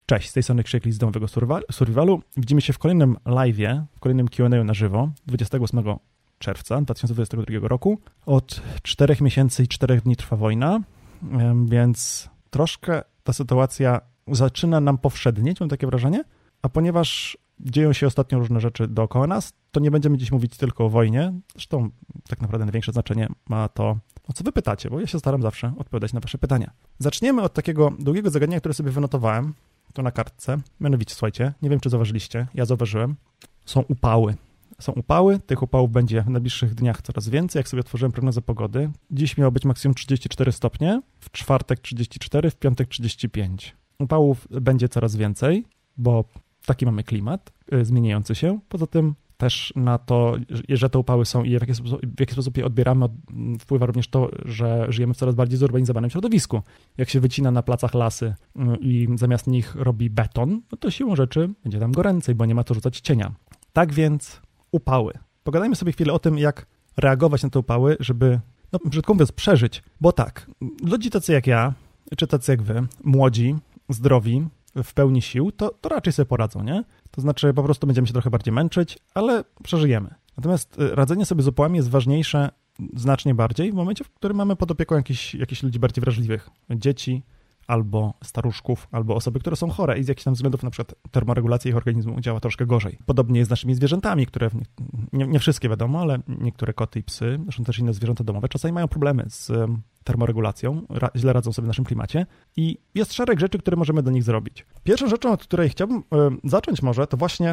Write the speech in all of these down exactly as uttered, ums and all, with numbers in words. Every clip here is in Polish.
Cześć, z tej strony Krzyk z domowego survivalu. Widzimy się w kolejnym live'ie, w kolejnym Q and A na żywo dwudziestego ósmego czerwca dwa tysiące dwudziestego drugiego roku. Od czterech miesięcy i czterech dni trwa wojna, więc troszkę ta sytuacja zaczyna nam powszednieć, mam takie wrażenie, a ponieważ dzieją się ostatnio różne rzeczy dookoła nas, to nie będziemy dziś mówić tylko o wojnie. Zresztą tak naprawdę największe znaczenie ma to, o co wy pytacie, bo ja się staram zawsze odpowiadać na wasze pytania. Zaczniemy od takiego długiego zagadnienia, które sobie wynotowałem, tu na kartce. Mianowicie, słuchajcie, nie wiem, czy zauważyliście, ja zauważyłem, są upały. Są upały, tych upałów będzie w najbliższych dniach coraz więcej. Jak sobie otworzyłem prognozę pogody, dziś miało być maksimum trzydzieści cztery stopnie, w czwartek trzydzieści cztery, w piątek trzydzieści pięć. Upałów będzie coraz więcej, bo taki mamy klimat y, zmieniający się. Poza tym też na to, że te upały są i w jaki sposób, w jaki sposób je odbieramy, od, wpływa również to, że żyjemy w coraz bardziej zurbanizowanym środowisku. Jak się wycina na placach lasy y, i zamiast nich robi beton, no to siłą rzeczy będzie tam goręcej, bo nie ma to rzucać cienia. Tak więc upały. Pogadajmy sobie chwilę o tym, jak reagować na te upały, żeby, no brzydko mówiąc, przeżyć. Bo tak, ludzi tacy jak ja, czy tacy jak wy, młodzi, zdrowi, w pełni sił, to, to raczej sobie poradzą, nie? To znaczy po prostu będziemy się trochę bardziej męczyć, ale przeżyjemy. Natomiast radzenie sobie z upałami jest ważniejsze znacznie bardziej w momencie, w którym mamy pod opieką jakichś, jakichś ludzi bardziej wrażliwych. Dzieci, albo staruszków, albo osoby, które są chore i z jakichś tam względów na przykład termoregulacja ich organizmu działa troszkę gorzej. Podobnie jest z naszymi zwierzętami, które, nie, nie wszystkie wiadomo, ale niektóre koty i psy, zresztą też inne zwierzęta domowe, czasami mają problemy z termoregulacją, ra, źle radzą sobie w naszym klimacie i jest szereg rzeczy, które możemy do nich zrobić. Pierwszą rzeczą, od której chciałbym y, zacząć może, to właśnie,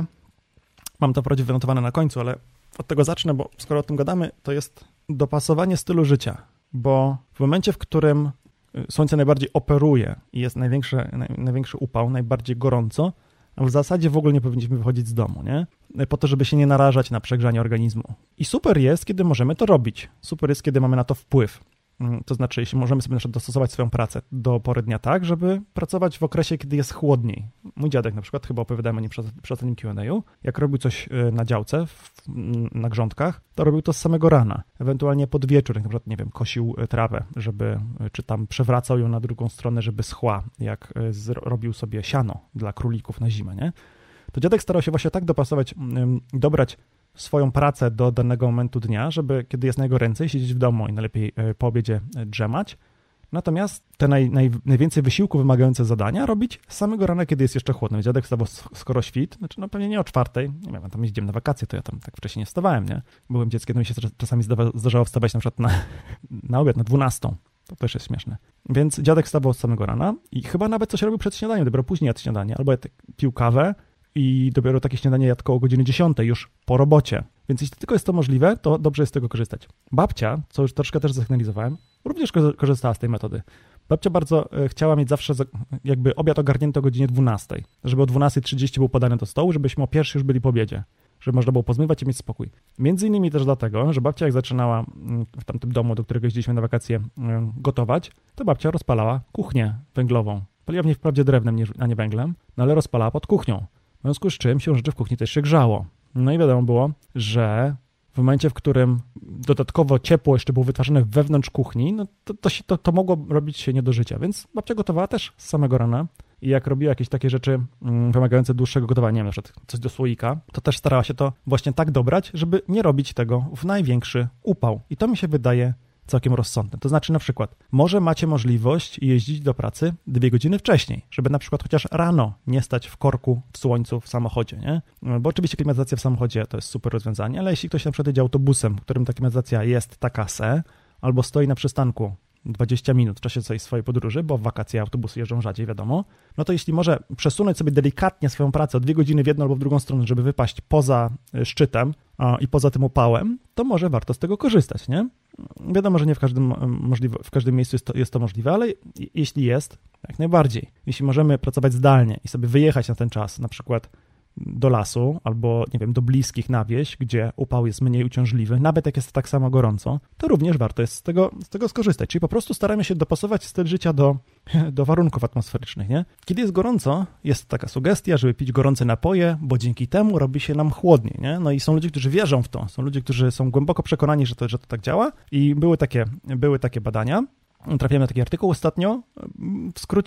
mam to wprawdzie wynotowane na końcu, ale od tego zacznę, bo skoro o tym gadamy, to jest dopasowanie stylu życia, bo w momencie, w którym słońce najbardziej operuje i jest największy, naj, największy upał, najbardziej gorąco, a w zasadzie w ogóle nie powinniśmy wychodzić z domu, nie? Po to, żeby się nie narażać na przegrzanie organizmu. I super jest, kiedy możemy to robić. Super jest, kiedy mamy na to wpływ. To znaczy, jeśli możemy sobie na przykład dostosować swoją pracę do pory dnia tak, żeby pracować w okresie, kiedy jest chłodniej. Mój dziadek na przykład, chyba opowiadałem o nim przy ostatnim Q and A, jak robił coś na działce, w, na grządkach, to robił to z samego rana. Ewentualnie pod wieczór, jak na przykład, nie wiem, kosił trawę, żeby, czy tam przewracał ją na drugą stronę, żeby schła, jak robił sobie siano dla królików na zimę, nie? To dziadek starał się właśnie tak dopasować, dobrać swoją pracę do danego momentu dnia, żeby kiedy jest najgoręcej siedzieć w domu i najlepiej po obiedzie drzemać. Natomiast te naj, naj, najwięcej wysiłku wymagające zadania robić z samego rana, kiedy jest jeszcze chłodno. Dziadek wstawał skoro świt, znaczy no pewnie nie o czwartej, nie wiem, tam jeździłem na wakacje, to ja tam tak wcześniej nie wstawałem, nie? Byłem dzieckiem, to mi się czasami zdarzało wstawać na przykład na, na obiad, na dwunastą. To też jest śmieszne. Więc dziadek wstawał z samego rana i chyba nawet coś robił przed śniadaniem, dopiero później jadł śniadanie, albo pił kawę, i dopiero takie śniadanie jadł koło godziny dziesiątej już po robocie. Więc jeśli tylko jest to możliwe, to dobrze jest z tego korzystać. Babcia, co już troszkę też zasygnalizowałem, również korzystała z tej metody. Babcia bardzo chciała mieć zawsze jakby obiad ogarnięty o godzinie dwunastej, żeby o dwunasta trzydzieści był podany do stołu, żebyśmy o pierwszej już byli po obiedzie, żeby można było pozmywać i mieć spokój. Między innymi też dlatego, że babcia jak zaczynała w tamtym domu, do którego jeździliśmy na wakacje, gotować, to babcia rozpalała kuchnię węglową. Paliła w niej wprawdzie drewnem, a nie węglem, no ale rozpalała pod kuchnią. W związku z czym się rzeczy w kuchni też się grzało. No i wiadomo było, że w momencie, w którym dodatkowo ciepło jeszcze było wytwarzane wewnątrz kuchni, no to, to, się, to, to mogło robić się nie do życia. Więc babcia gotowała też z samego rana i jak robiła jakieś takie rzeczy mm, wymagające dłuższego gotowania, nie wiem, na przykład coś do słoika, to też starała się to właśnie tak dobrać, żeby nie robić tego w największy upał. I to mi się wydaje całkiem rozsądne. To znaczy na przykład, może macie możliwość jeździć do pracy dwie godziny wcześniej, żeby na przykład chociaż rano nie stać w korku, w słońcu, w samochodzie, nie? Bo oczywiście klimatyzacja w samochodzie to jest super rozwiązanie, ale jeśli ktoś na przykład jedzie autobusem, w którym ta klimatyzacja jest taka se, albo stoi na przystanku dwadzieścia minut w czasie swojej, swojej podróży, bo w wakacje autobusy jeżdżą rzadziej, wiadomo, no to jeśli może przesunąć sobie delikatnie swoją pracę o dwie godziny w jedną albo w drugą stronę, żeby wypaść poza szczytem a, i poza tym upałem, to może warto z tego korzystać, nie? Wiadomo, że nie w każdym, możliwe, w każdym miejscu jest to, jest to możliwe, ale jeśli jest, jak najbardziej. Jeśli możemy pracować zdalnie i sobie wyjechać na ten czas, na przykład do lasu albo, nie wiem, do bliskich na wieś, gdzie upał jest mniej uciążliwy, nawet jak jest tak samo gorąco, to również warto jest z tego, z tego skorzystać. Czyli po prostu staramy się dopasować styl życia do, do warunków atmosferycznych, nie? Kiedy jest gorąco, jest taka sugestia, żeby pić gorące napoje, bo dzięki temu robi się nam chłodniej, nie? No i są ludzie, którzy wierzą w to, są ludzie, którzy są głęboko przekonani, że to, że to tak działa i były takie, były takie badania. Trafiłem na taki artykuł ostatnio, w skrócie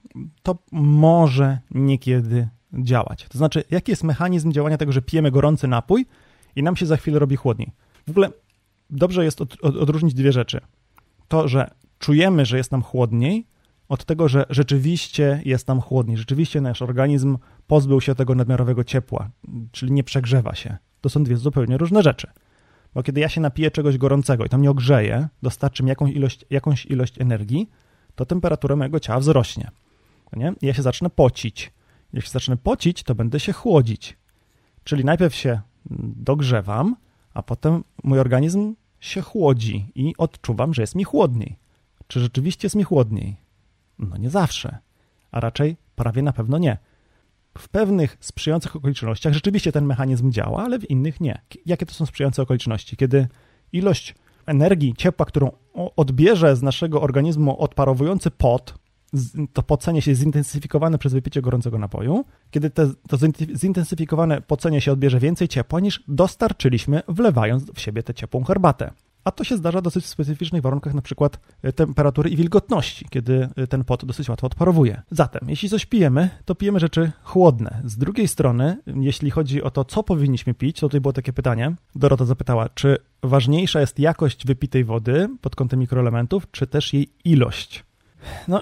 to może niekiedy działać. To znaczy, jaki jest mechanizm działania tego, że pijemy gorący napój i nam się za chwilę robi chłodniej. W ogóle dobrze jest od, od, odróżnić dwie rzeczy. To, że czujemy, że jest nam chłodniej, od tego, że rzeczywiście jest nam chłodniej. Rzeczywiście nasz organizm pozbył się tego nadmiarowego ciepła, czyli nie przegrzewa się. To są dwie zupełnie różne rzeczy. Bo kiedy ja się napiję czegoś gorącego i to mnie ogrzeje, dostarczy mi jakąś ilość, jakąś ilość energii, to temperatura mojego ciała wzrośnie. Nie? I ja się zacznę pocić. Jak się zacznę pocić, to będę się chłodzić. Czyli najpierw się dogrzewam, a potem mój organizm się chłodzi i odczuwam, że jest mi chłodniej. Czy rzeczywiście jest mi chłodniej? No nie zawsze, a raczej prawie na pewno nie. W pewnych sprzyjających okolicznościach rzeczywiście ten mechanizm działa, ale w innych nie. Jakie to są sprzyjające okoliczności? Kiedy ilość energii, ciepła, którą odbierze z naszego organizmu odparowujący pot, to pocenie się jest zintensyfikowane przez wypicie gorącego napoju, kiedy te, to zintensyfikowane pocenie się odbierze więcej ciepła niż dostarczyliśmy, wlewając w siebie tę ciepłą herbatę. A to się zdarza dosyć w specyficznych warunkach, na przykład temperatury i wilgotności, kiedy ten pot dosyć łatwo odparowuje. Zatem, jeśli coś pijemy, to pijemy rzeczy chłodne. Z drugiej strony, jeśli chodzi o to, co powinniśmy pić, to tutaj było takie pytanie. Dorota zapytała, czy ważniejsza jest jakość wypitej wody pod kątem mikroelementów, czy też jej ilość? No,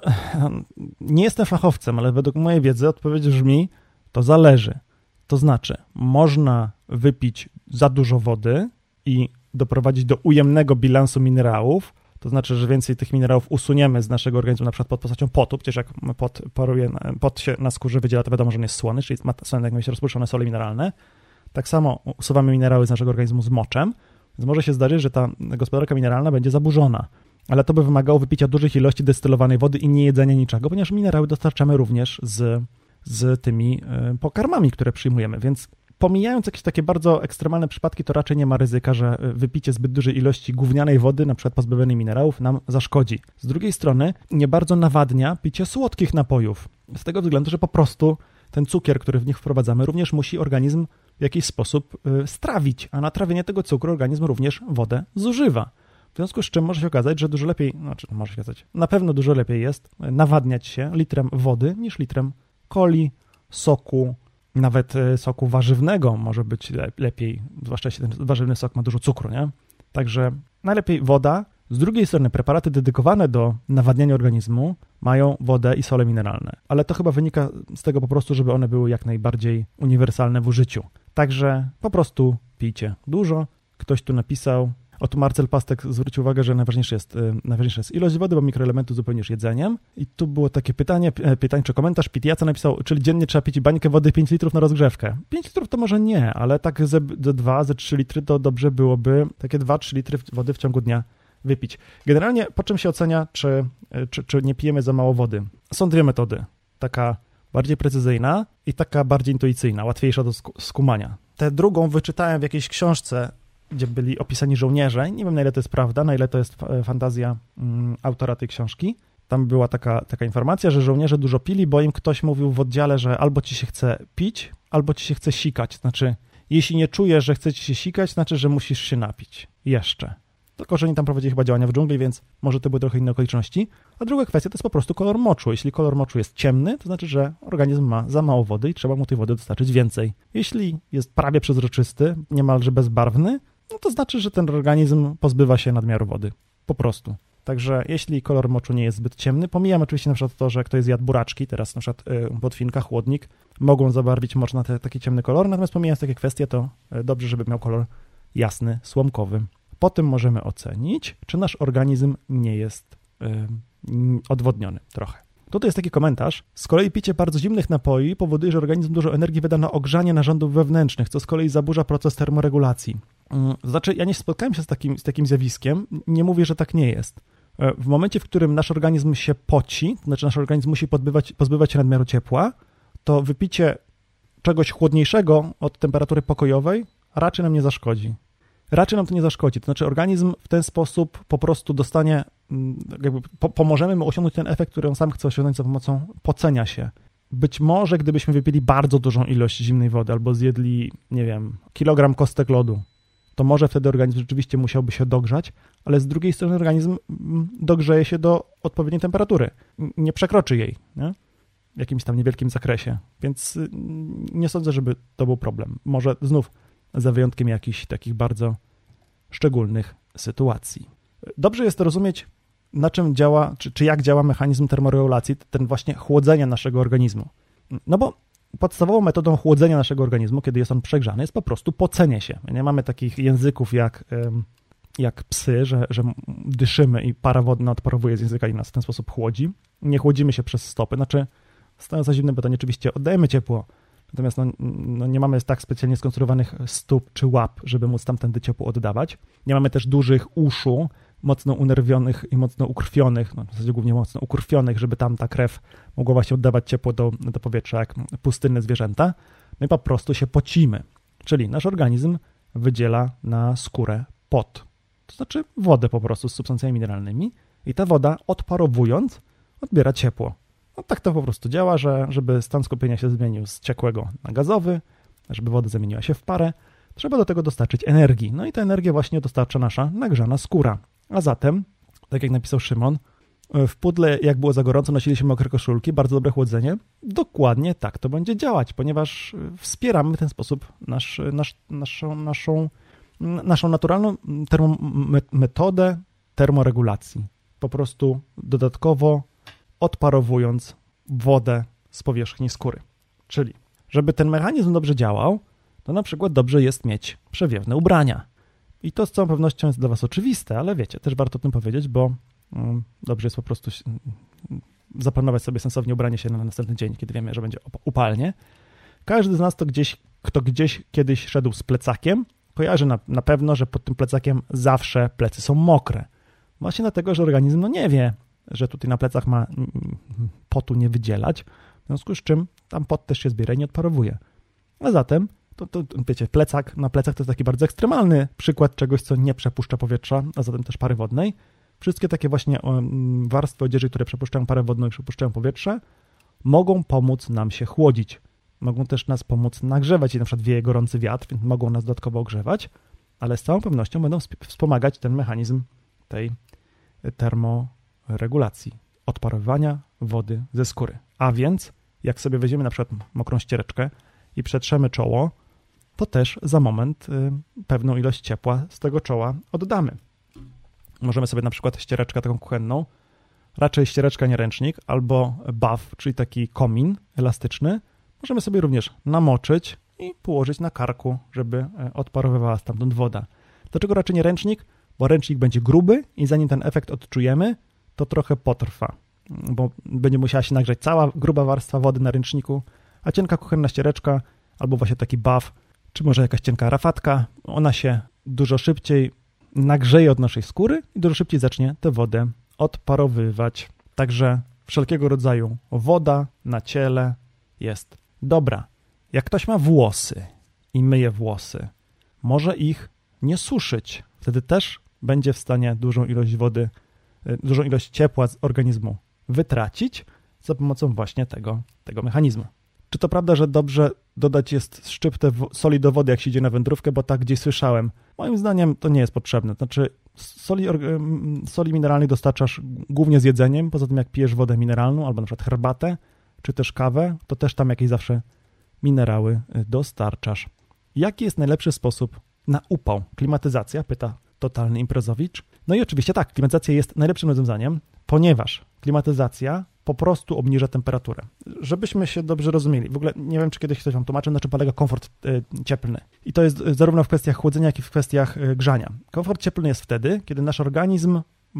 nie jestem fachowcem, ale według mojej wiedzy odpowiedź brzmi, to zależy. To znaczy, można wypić za dużo wody i doprowadzić do ujemnego bilansu minerałów, to znaczy, że więcej tych minerałów usuniemy z naszego organizmu, na przykład pod postacią potu, przecież jak pot, paruje, pot się na skórze wydziela, to wiadomo, że on jest słony, czyli są jakieś rozpuszczone sole mineralne. Tak samo usuwamy minerały z naszego organizmu z moczem, więc może się zdarzyć, że ta gospodarka mineralna będzie zaburzona, ale to by wymagało wypicia dużych ilości destylowanej wody i nie jedzenia niczego, ponieważ minerały dostarczamy również z, z tymi pokarmami, które przyjmujemy, więc pomijając jakieś takie bardzo ekstremalne przypadki, to raczej nie ma ryzyka, że wypicie zbyt dużej ilości gównianej wody, na przykład pozbawionej minerałów, nam zaszkodzi. Z drugiej strony nie bardzo nawadnia picie słodkich napojów, z tego względu, że po prostu ten cukier, który w nich wprowadzamy, również musi organizm w jakiś sposób strawić, a na trawienie tego cukru organizm również wodę zużywa. W związku z czym może się okazać, że dużo lepiej, znaczy może się okazać, na pewno dużo lepiej jest nawadniać się litrem wody niż litrem coli, soku, nawet soku warzywnego może być lepiej, zwłaszcza jeśli ten warzywny sok ma dużo cukru, nie? Także najlepiej woda. Z drugiej strony preparaty dedykowane do nawadniania organizmu mają wodę i sole mineralne, ale to chyba wynika z tego po prostu, żeby one były jak najbardziej uniwersalne w użyciu. Także po prostu pijcie dużo. Ktoś tu napisał, oto Marcel Pastek zwrócił uwagę, że najważniejsza jest, najważniejsza jest ilość wody, bo mikroelementów zupełnie już jedzeniem. I tu było takie pytanie, pytanie czy komentarz, Pitiaca napisał, czyli dziennie trzeba pić bańkę wody pięć litrów na rozgrzewkę. pięć litrów to może nie, ale tak ze dwa, ze trzy litry to dobrze byłoby takie dwa trzy litry wody w ciągu dnia wypić. Generalnie po czym się ocenia, czy, czy, czy nie pijemy za mało wody? Są dwie metody. Taka bardziej precyzyjna i taka bardziej intuicyjna, łatwiejsza do skumania. Tę drugą wyczytałem w jakiejś książce, gdzie byli opisani żołnierze. Nie wiem, na ile to jest prawda, na ile to jest fantazja um, autora tej książki. Tam była taka, taka informacja, że żołnierze dużo pili, bo im ktoś mówił w oddziale, że albo ci się chce pić, albo ci się chce sikać. Znaczy, jeśli nie czujesz, że chce ci się sikać, znaczy, że musisz się napić. Jeszcze. Tylko że oni tam prowadzili chyba działania w dżungli, więc może to były trochę inne okoliczności. A druga kwestia to jest po prostu kolor moczu. Jeśli kolor moczu jest ciemny, to znaczy, że organizm ma za mało wody i trzeba mu tej wody dostarczyć więcej. Jeśli jest prawie przezroczysty, niemalże bezbarwny, no to znaczy, że ten organizm pozbywa się nadmiaru wody. Po prostu. Także jeśli kolor moczu nie jest zbyt ciemny, pomijam oczywiście na przykład to, że ktoś zjadł buraczki, teraz na przykład y, botwinka, chłodnik, mogą zabarwić mocz na te, taki ciemny kolor, natomiast pomijając takie kwestie, to y, dobrze, żeby miał kolor jasny, słomkowy. Po tym możemy ocenić, czy nasz organizm nie jest y, odwodniony trochę. Tutaj jest taki komentarz. Z kolei picie bardzo zimnych napoi powoduje, że organizm dużo energii wyda na ogrzanie narządów wewnętrznych, co z kolei zaburza proces termoregulacji. Znaczy, ja nie spotkałem się z takim, z takim zjawiskiem, nie mówię, że tak nie jest. W momencie, w którym nasz organizm się poci, to znaczy nasz organizm musi pozbywać, pozbywać się nadmiaru ciepła, to wypicie czegoś chłodniejszego od temperatury pokojowej raczej nam nie zaszkodzi. Raczej nam to nie zaszkodzi. To znaczy organizm w ten sposób po prostu dostanie, jakby po, pomożemy mu osiągnąć ten efekt, który on sam chce osiągnąć za pomocą pocenia się. Być może gdybyśmy wypili bardzo dużą ilość zimnej wody albo zjedli, nie wiem, kilogram kostek lodu, to może wtedy organizm rzeczywiście musiałby się dogrzać, ale z drugiej strony organizm dogrzeje się do odpowiedniej temperatury. Nie przekroczy jej, nie? w jakimś tam niewielkim zakresie, więc nie sądzę, żeby to był problem. Może znów za wyjątkiem jakichś takich bardzo szczególnych sytuacji. Dobrze jest rozumieć, na czym działa, czy, czy jak działa mechanizm termoregulacji, ten właśnie chłodzenia naszego organizmu. No bo podstawową metodą chłodzenia naszego organizmu, kiedy jest on przegrzany, jest po prostu pocenie się. My nie mamy takich języków jak, jak psy, że, że dyszymy i para wodna odparowuje z języka i nas w ten sposób chłodzi. Nie chłodzimy się przez stopy, znaczy stojąc na zimnym betonie oczywiście oddajemy ciepło, natomiast no, no nie mamy tak specjalnie skonstruowanych stóp czy łap, żeby móc tamtędy ciepło oddawać. Nie mamy też dużych uszu, mocno unerwionych i mocno ukrwionych, no w zasadzie głównie mocno ukrwionych, żeby tam ta krew mogła właśnie oddawać ciepło do, do powietrza jak pustynne zwierzęta. My po prostu się pocimy, czyli nasz organizm wydziela na skórę pot, to znaczy wodę po prostu z substancjami mineralnymi i ta woda odparowując odbiera ciepło. No tak to po prostu działa, że żeby stan skupienia się zmienił z ciekłego na gazowy, żeby woda zamieniła się w parę, trzeba do tego dostarczyć energii. No i tę energię właśnie dostarcza nasza nagrzana skóra. A zatem, tak jak napisał Szymon, w pudle jak było za gorąco, nosiliśmy mokre koszulki, bardzo dobre chłodzenie. Dokładnie tak to będzie działać, ponieważ wspieramy w ten sposób nasz, nasz, naszą, naszą, naszą naturalną termo, metodę termoregulacji. Po prostu dodatkowo odparowując wodę z powierzchni skóry. Czyli, żeby ten mechanizm dobrze działał, to na przykład dobrze jest mieć przewiewne ubrania. I to z całą pewnością jest dla was oczywiste, ale wiecie, też warto o tym powiedzieć, bo um, dobrze jest po prostu zaplanować sobie sensownie ubranie się na następny dzień, kiedy wiemy, że będzie upalnie. Każdy z nas, to gdzieś, kto gdzieś kiedyś szedł z plecakiem, kojarzy na, na pewno, że pod tym plecakiem zawsze plecy są mokre. Właśnie dlatego, że organizm no nie wie, że tutaj na plecach ma potu nie wydzielać, w związku z czym tam pot też się zbiera i nie odparowuje. A zatem, to, to wiecie, plecak na plecach to jest taki bardzo ekstremalny przykład czegoś, co nie przepuszcza powietrza, a zatem też pary wodnej. Wszystkie takie właśnie warstwy odzieży, które przepuszczają parę wodną i przepuszczają powietrze, mogą pomóc nam się chłodzić. Mogą też nas pomóc nagrzewać i na przykład wieje gorący wiatr, więc mogą nas dodatkowo ogrzewać, ale z całą pewnością będą wspomagać ten mechanizm tej termoregulacji, odparowywania wody ze skóry. A więc, jak sobie weźmiemy na przykład mokrą ściereczkę i przetrzemy czoło, to też za moment y, pewną ilość ciepła z tego czoła oddamy. Możemy sobie na przykład ściereczkę taką kuchenną, raczej ściereczka, nie ręcznik, albo baw, czyli taki komin elastyczny, możemy sobie również namoczyć i położyć na karku, żeby odparowywała stamtąd woda. Dlaczego raczej nie ręcznik? Bo ręcznik będzie gruby i zanim ten efekt odczujemy, to trochę potrwa, bo będzie musiała się nagrzać cała gruba warstwa wody na ręczniku, a cienka kuchenna ściereczka, albo właśnie taki baw, czy może jakaś cienka rafatka, ona się dużo szybciej nagrzeje od naszej skóry i dużo szybciej zacznie tę wodę odparowywać. Także wszelkiego rodzaju woda na ciele jest dobra. Jak ktoś ma włosy i myje włosy, może ich nie suszyć. Wtedy też będzie w stanie dużą ilość wody, dużą ilość ciepła z organizmu wytracić za pomocą właśnie tego, tego mechanizmu. Czy to prawda, że dobrze dodać jest szczyptę soli do wody, jak się idzie na wędrówkę, bo tak gdzieś słyszałem. Moim zdaniem to nie jest potrzebne. Znaczy soli, soli mineralnej dostarczasz głównie z jedzeniem, poza tym jak pijesz wodę mineralną albo na przykład herbatę, czy też kawę, to też tam jakieś zawsze minerały dostarczasz. Jaki jest najlepszy sposób na upał? Klimatyzacja, pyta totalny imprezowicz. No i oczywiście tak, klimatyzacja jest najlepszym rozwiązaniem, ponieważ klimatyzacja po prostu obniża temperaturę. Żebyśmy się dobrze rozumieli, w ogóle nie wiem, czy kiedyś ktoś wam tłumaczył, na czym polega komfort y, cieplny. I to jest zarówno w kwestiach chłodzenia, jak i w kwestiach y, grzania. Komfort cieplny jest wtedy, kiedy nasz organizm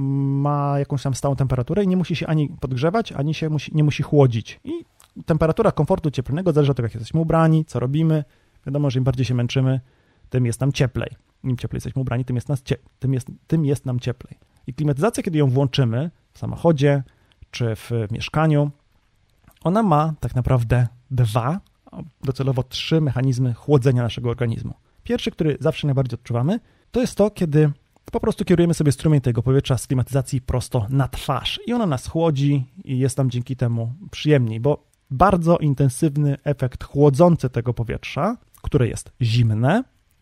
ma jakąś tam stałą temperaturę i nie musi się ani podgrzewać, ani się musi, nie musi chłodzić. I temperatura komfortu cieplnego zależy od tego, jak jesteśmy ubrani, co robimy. Wiadomo, że im bardziej się męczymy, tym jest nam cieplej. Im cieplej jesteśmy ubrani, tym jest, nas cie- tym jest, tym jest nam cieplej. I klimatyzacja, kiedy ją włączymy w samochodzie czy w mieszkaniu, ona ma tak naprawdę dwa, docelowo trzy mechanizmy chłodzenia naszego organizmu. Pierwszy, który zawsze najbardziej odczuwamy, to jest to, kiedy po prostu kierujemy sobie strumień tego powietrza z klimatyzacji prosto na twarz i ona nas chłodzi i jest nam dzięki temu przyjemniej, bo bardzo intensywny efekt chłodzący tego powietrza, które jest zimne,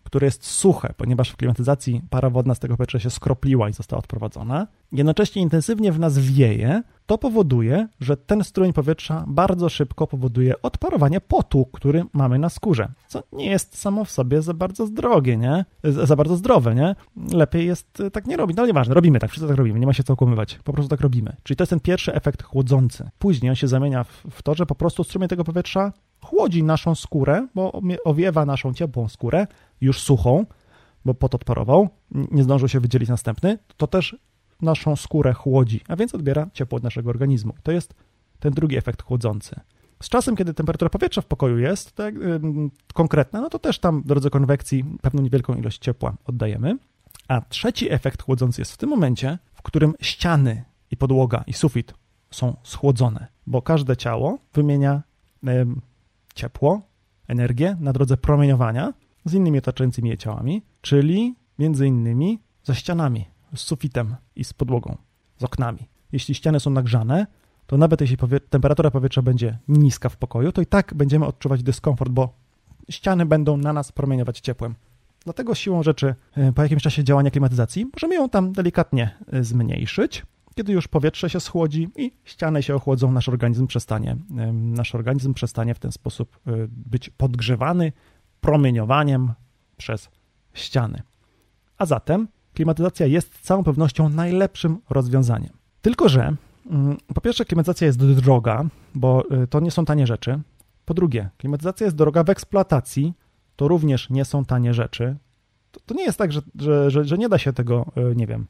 które jest suche, ponieważ w klimatyzacji para wodna z tego powietrza się skropliła i została odprowadzona, jednocześnie intensywnie w nas wieje, to powoduje, że ten strumień powietrza bardzo szybko powoduje odparowanie potu, który mamy na skórze, co nie jest samo w sobie za bardzo zdrowie, nie? Za bardzo zdrowe, nie? Lepiej jest tak nie robić, no nieważne, robimy tak, wszyscy tak robimy, nie ma się co okłamywać, po prostu tak robimy. Czyli to jest ten pierwszy efekt chłodzący. Później on się zamienia w, w to, że po prostu strumień tego powietrza chłodzi naszą skórę, bo owiewa naszą ciepłą skórę, już suchą, bo pot odparował, nie zdążył się wydzielić następny, to też naszą skórę chłodzi, a więc odbiera ciepło od naszego organizmu. To jest ten drugi efekt chłodzący. Z czasem, kiedy temperatura powietrza w pokoju jest tak, yy, konkretna, no to też tam w drodze konwekcji pewną niewielką ilość ciepła oddajemy. A trzeci efekt chłodzący jest w tym momencie, w którym ściany i podłoga i sufit są schłodzone, bo każde ciało wymienia yy, ciepło, energię na drodze promieniowania z innymi otaczającymi je ciałami, czyli między innymi ze ścianami, z sufitem i z podłogą, z oknami. Jeśli ściany są nagrzane, to nawet jeśli powie- temperatura powietrza będzie niska w pokoju, to i tak będziemy odczuwać dyskomfort, bo ściany będą na nas promieniować ciepłem. Dlatego siłą rzeczy po jakimś czasie działania klimatyzacji możemy ją tam delikatnie zmniejszyć. Kiedy już powietrze się schłodzi i ściany się ochłodzą, nasz organizm przestanie, nasz organizm przestanie w ten sposób być podgrzewany promieniowaniem przez ściany. A zatem klimatyzacja jest z całą pewnością najlepszym rozwiązaniem. Tylko że po pierwsze klimatyzacja jest droga, bo to nie są tanie rzeczy. Po drugie, klimatyzacja jest droga w eksploatacji, to również nie są tanie rzeczy. To, to nie jest tak, że, że, że, że nie da się tego, nie wiem,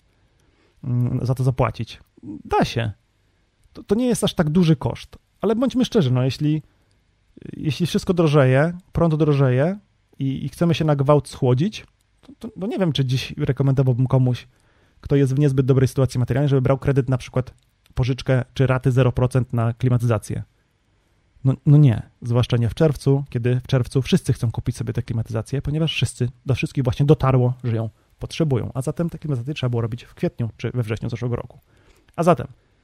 za to zapłacić. Da się. To, to nie jest aż tak duży koszt. Ale bądźmy szczerzy, no jeśli, jeśli wszystko drożeje, prąd drożeje i, i chcemy się na gwałt schłodzić, to, to, to nie wiem, czy dziś rekomendowałbym komuś, kto jest w niezbyt dobrej sytuacji materialnej, żeby brał kredyt, na przykład pożyczkę czy raty zero procent na klimatyzację. No, no nie, zwłaszcza nie w czerwcu, kiedy w czerwcu wszyscy chcą kupić sobie tę klimatyzację, ponieważ wszyscy, do wszystkich właśnie dotarło, że ją potrzebują, a zatem tę klimatyzację trzeba było robić w kwietniu czy we wrześniu zeszłego roku. A zatem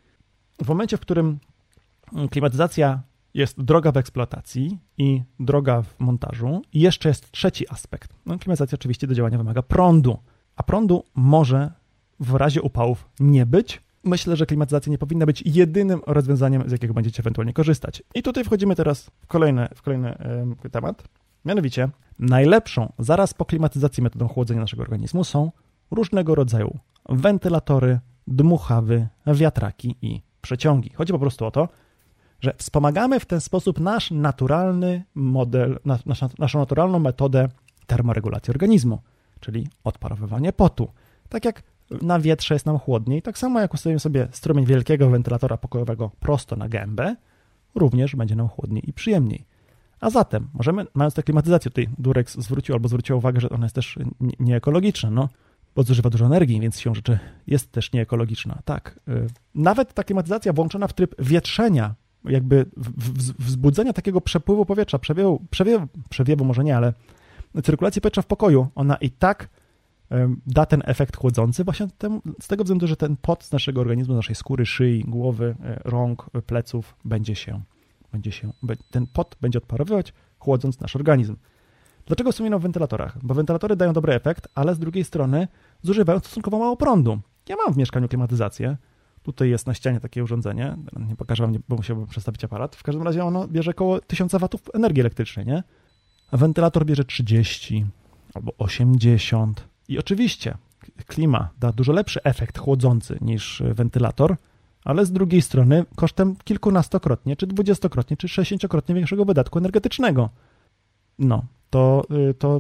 w momencie, w którym klimatyzacja jest droga w eksploatacji i droga w montażu i jeszcze jest trzeci aspekt. No, klimatyzacja oczywiście do działania wymaga prądu, a prądu może w razie upałów nie być. Myślę, że klimatyzacja nie powinna być jedynym rozwiązaniem, z jakiego będziecie ewentualnie korzystać. I tutaj wchodzimy teraz w kolejny, w kolejny yy, temat. Mianowicie najlepszą zaraz po klimatyzacji metodą chłodzenia naszego organizmu są różnego rodzaju wentylatory, dmuchawy, wiatraki i przeciągi. Chodzi po prostu o to, że wspomagamy w ten sposób nasz naturalny model, nasz, naszą naturalną metodę termoregulacji organizmu, czyli odparowywanie potu. Tak jak na wietrze jest nam chłodniej, tak samo jak ustawimy sobie strumień wielkiego wentylatora pokojowego prosto na gębę, również będzie nam chłodniej i przyjemniej. A zatem możemy, mając tę klimatyzację, tutaj Durex zwrócił albo zwróciła uwagę, że ona jest też nieekologiczna, no, bo zużywa dużo energii, więc siłą rzeczy jest też nieekologiczna. Tak, yy, nawet ta klimatyzacja włączona w tryb wietrzenia, jakby w, w, wzbudzenia takiego przepływu powietrza, przewiewu, przewiewu, przewiewu może nie, ale cyrkulacji powietrza w pokoju, ona i tak yy, da ten efekt chłodzący właśnie temu, z tego względu, że ten pot z naszego organizmu, z naszej skóry, szyi, głowy, yy, rąk, yy, pleców będzie się, będzie się, ten pot będzie odparowywać, chłodząc nasz organizm. Dlaczego wspominam o wentylatorach? Bo wentylatory dają dobry efekt, ale z drugiej strony zużywają stosunkowo mało prądu. Ja mam w mieszkaniu klimatyzację. Tutaj jest na ścianie takie urządzenie. Nie pokażę wam, bo musiałbym przestawić aparat. W każdym razie ono bierze około tysiąc watów energii elektrycznej, nie? A wentylator bierze trzydzieści albo osiemdziesiąt. I oczywiście klima da dużo lepszy efekt chłodzący niż wentylator, ale z drugiej strony kosztem kilkunastokrotnie, czy dwudziestokrotnie, czy sześćdziesięciokrotnie większego wydatku energetycznego. No, to, to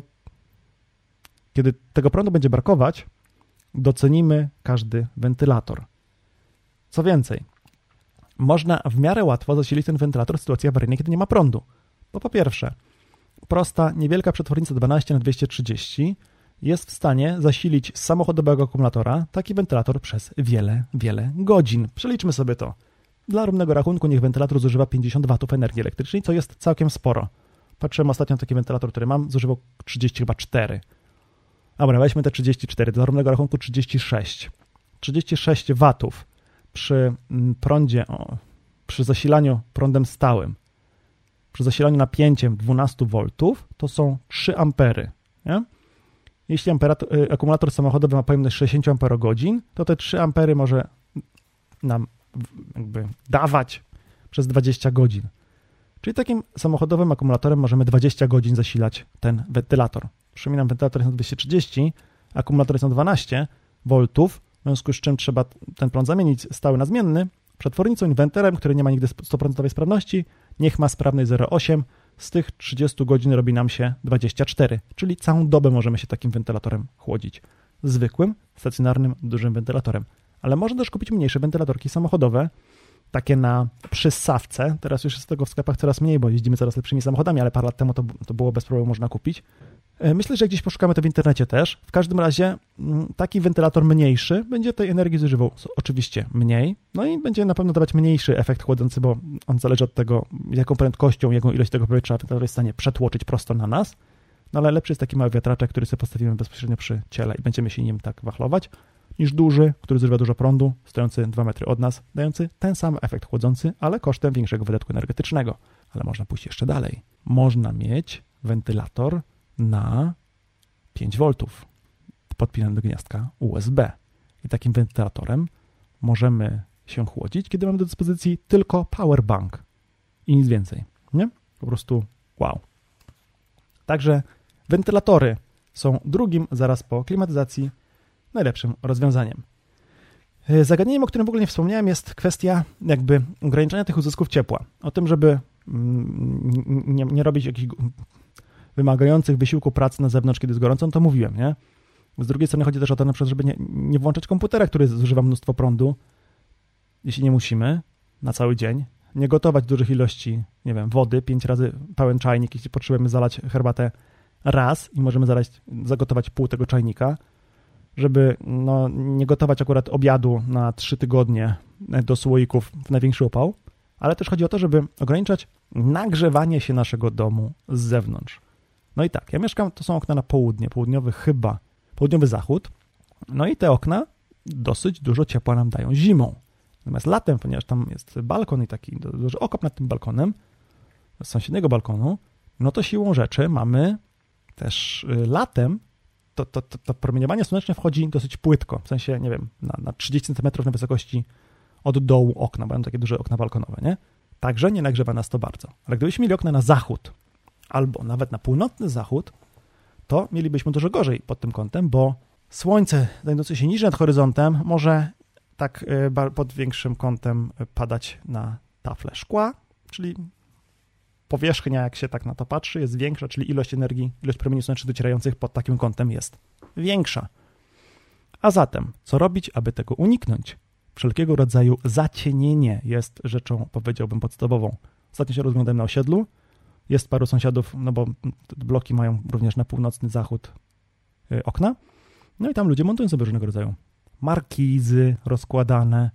kiedy tego prądu będzie brakować, docenimy każdy wentylator. Co więcej, można w miarę łatwo zasilić ten wentylator w sytuacji awaryjnej, kiedy nie ma prądu. Bo po pierwsze, prosta, niewielka przetwornica dwanaście na dwieście trzydzieści jest w stanie zasilić z samochodowego akumulatora taki wentylator przez wiele, wiele godzin. Przeliczmy sobie to. Dla równego rachunku niech wentylator zużywa pięćdziesiąt watów energii elektrycznej, co jest całkiem sporo. Patrzyłem ostatnio na taki wentylator, który mam, zużywał trzydzieści chyba cztery. Dobra, weźmy te trzydzieści cztery, dla równego rachunku trzydzieści sześć. trzydzieści sześć watów przy prądzie, o, przy zasilaniu prądem stałym, przy zasilaniu napięciem dwanaście woltów, to są trzy ampery. Nie? jeśli amperator, akumulator samochodowy ma pojemność sześćdziesiąt amperogodzin, to te trzy ampery może nam jakby dawać przez dwadzieścia godzin. Czyli takim samochodowym akumulatorem możemy dwadzieścia godzin zasilać ten wentylator. Przypominam, wentylator jest na dwieście trzydzieści, akumulator jest na dwanaście woltów, w związku z czym trzeba ten prąd zamienić stały na zmienny. Przetwornicą inwenterem, który nie ma nigdy sto procent sprawności, niech ma sprawność zero przecinek osiem, z tych trzydzieści godzin robi nam się dwadzieścia cztery, czyli całą dobę możemy się takim wentylatorem chłodzić. Zwykłym, stacjonarnym, dużym wentylatorem. Ale można też kupić mniejsze wentylatorki samochodowe, takie na przyssawce. Teraz już jest tego w sklepach coraz mniej, bo jeździmy coraz lepszymi samochodami, ale parę lat temu to, to było bez problemu można kupić. Myślę, że gdzieś poszukamy to w internecie też. W każdym razie taki wentylator mniejszy będzie tej energii zużywał oczywiście mniej, no i będzie na pewno dawać mniejszy efekt chłodzący, bo on zależy od tego, jaką prędkością, jaką ilość tego powietrza wentylator jest w stanie przetłoczyć prosto na nas. No ale lepszy jest taki mały wiatraczek, który sobie postawimy bezpośrednio przy ciele i będziemy się nim tak wachlować, niż duży, który zużywa dużo prądu, stojący dwa metry od nas, dający ten sam efekt chłodzący, ale kosztem większego wydatku energetycznego. Ale można pójść jeszcze dalej. Można mieć wentylator na pięć woltów podpinany do gniazdka U S B. I takim wentylatorem możemy się chłodzić, kiedy mamy do dyspozycji tylko powerbank i nic więcej. Nie? Po prostu wow. Także wentylatory są drugim zaraz po klimatyzacji najlepszym rozwiązaniem. Zagadnieniem, o którym w ogóle nie wspomniałem, jest kwestia jakby ograniczenia tych uzysków ciepła. O tym, żeby nie, nie robić jakichś wymagających wysiłku pracy na zewnątrz, kiedy jest gorąco, to mówiłem, nie? Z drugiej strony chodzi też o to, na przykład, żeby nie, nie włączać komputera, który zużywa mnóstwo prądu, jeśli nie musimy, na cały dzień. Nie gotować dużych ilości, nie wiem, wody, pięć razy pełen czajnik, jeśli potrzebujemy zalać herbatę raz i możemy zalać, zagotować pół tego czajnika, żeby no, nie gotować akurat obiadu na trzy tygodnie do słoików w największy upał, ale też chodzi o to, żeby ograniczać nagrzewanie się naszego domu z zewnątrz. No i tak, ja mieszkam, to są okna na południe, południowy chyba, południowy zachód, no i te okna dosyć dużo ciepła nam dają zimą. Natomiast latem, ponieważ tam jest balkon i taki duży okop nad tym balkonem, z sąsiedniego balkonu, no to siłą rzeczy mamy też latem, to, to, to, to promieniowanie słoneczne wchodzi dosyć płytko, w sensie, nie wiem, na, na trzydzieści centymetrów na wysokości od dołu okna, bo mają takie duże okna balkonowe, nie? Także nie nagrzewa nas to bardzo. Ale gdybyśmy mieli okna na zachód, albo nawet na północny zachód, to mielibyśmy dużo gorzej pod tym kątem, bo słońce znajdujące się niżej nad horyzontem może tak pod większym kątem padać na taflę szkła, czyli powierzchnia, jak się tak na to patrzy, jest większa, czyli ilość energii, ilość promieni słonecznych docierających pod takim kątem jest większa. A zatem, co robić, aby tego uniknąć? Wszelkiego rodzaju zacienienie jest rzeczą, powiedziałbym, podstawową. Ostatnio się rozglądałem na osiedlu. Jest paru sąsiadów, no bo bloki mają również na północny zachód okna. No i tam ludzie montują sobie różnego rodzaju markizy rozkładane,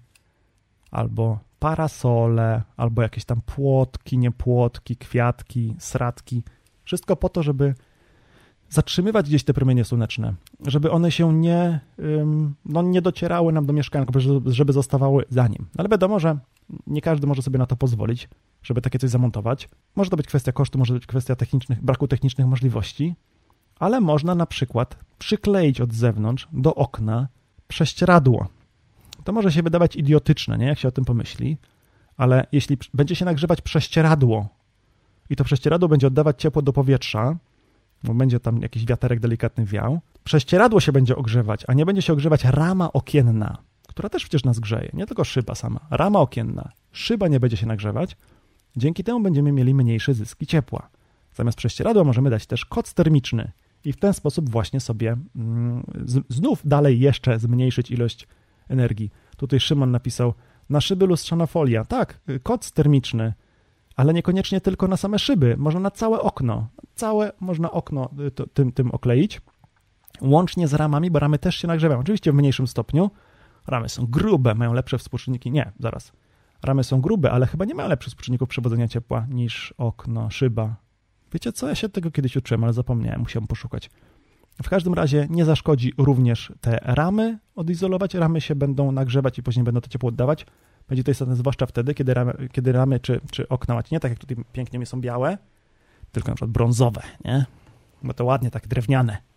albo parasole, albo jakieś tam płotki, niepłotki, kwiatki, sratki. Wszystko po to, żeby zatrzymywać gdzieś te promienie słoneczne, żeby one się nie, no, nie docierały nam do mieszkania, żeby zostawały za nim. Ale wiadomo, że nie każdy może sobie na to pozwolić, żeby takie coś zamontować. Może to być kwestia kosztu, może to być kwestia technicznych, braku technicznych możliwości, ale można na przykład przykleić od zewnątrz do okna prześcieradło. To może się wydawać idiotyczne, nie? Jak się o tym pomyśli, ale jeśli będzie się nagrzewać prześcieradło i to prześcieradło będzie oddawać ciepło do powietrza, bo będzie tam jakiś wiaterek delikatny wiał, prześcieradło się będzie ogrzewać, a nie będzie się ogrzewać rama okienna, która też przecież nas grzeje, nie tylko szyba sama, rama okienna, szyba nie będzie się nagrzewać, dzięki temu będziemy mieli mniejsze zyski ciepła. Zamiast prześcieradła możemy dać też koc termiczny i w ten sposób właśnie sobie mm, z, znów dalej jeszcze zmniejszyć ilość energii. Tutaj Szymon napisał, na szyby lustrzana folia. Tak, koc termiczny, ale niekoniecznie tylko na same szyby. Można na całe okno. Całe można okno to, tym, tym okleić. Łącznie z ramami, bo ramy też się nagrzewają. Oczywiście w mniejszym stopniu. Ramy są grube, mają lepsze współczynniki. Nie, zaraz. Ramy są grube, ale chyba nie mają lepszych współczynników przewodzenia ciepła niż okno, szyba. Wiecie co? Ja się tego kiedyś uczyłem, ale zapomniałem. Musiałem poszukać. W każdym razie nie zaszkodzi również te ramy odizolować. Ramy się będą nagrzewać i później będą to ciepło oddawać. Będzie to istotne zwłaszcza wtedy, kiedy ramy, kiedy ramy czy, czy okna macie nie tak jak tutaj pięknie mi są białe, tylko na przykład brązowe, nie? Bo to ładnie tak drewniane.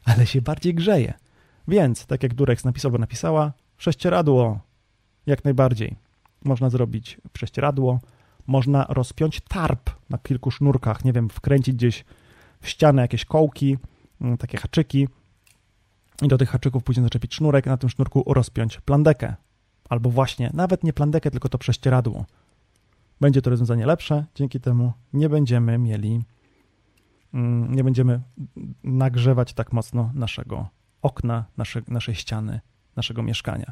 ale się bardziej grzeje. Więc, tak jak Durex napisał, bo napisała, prześcieradło jak najbardziej. Można zrobić prześcieradło, można rozpiąć tarp na kilku sznurkach, nie wiem, wkręcić gdzieś w ścianę jakieś kołki, takie haczyki i do tych haczyków później zaczepić sznurek, na tym sznurku rozpiąć plandekę. Albo właśnie, nawet nie plandekę, tylko to prześcieradło. Będzie to rozwiązanie lepsze, dzięki temu nie będziemy mieli, nie będziemy nagrzewać tak mocno naszego okna, nasze, naszej ściany, naszego mieszkania.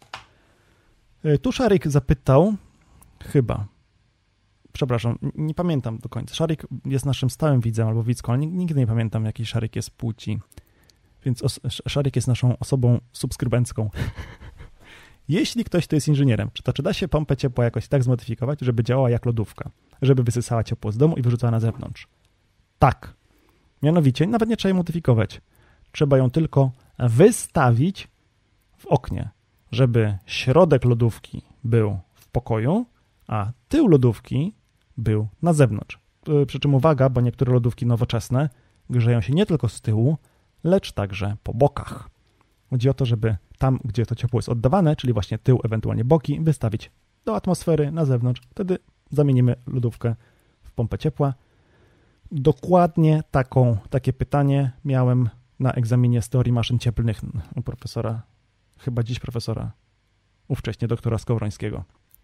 Tu Szarik zapytał, chyba, przepraszam, nie pamiętam do końca. Szarik jest naszym stałym widzem albo widzką, ale nigdy nie pamiętam, jaki Szarik jest płci. Więc os- Szarik jest naszą osobą subskrybencką. Jeśli ktoś tu jest inżynierem, czy to czy da się pompę ciepła jakoś tak zmodyfikować, żeby działała jak lodówka, żeby wysysała ciepło z domu i wyrzucała na zewnątrz? Tak. Mianowicie, nawet nie trzeba jej modyfikować. Trzeba ją tylko wystawić w oknie, żeby środek lodówki był w pokoju, a tył lodówki był na zewnątrz. Przy czym uwaga, bo niektóre lodówki nowoczesne grzeją się nie tylko z tyłu, lecz także po bokach. Chodzi o to, żeby tam, gdzie to ciepło jest oddawane, czyli właśnie tył, ewentualnie boki, wystawić do atmosfery na zewnątrz. Wtedy zamienimy lodówkę w pompę ciepła. Dokładnie taką, takie pytanie miałem na egzaminie z teorii maszyn cieplnych u profesora, chyba dziś profesora, ówcześnie doktora Skowrońskiego.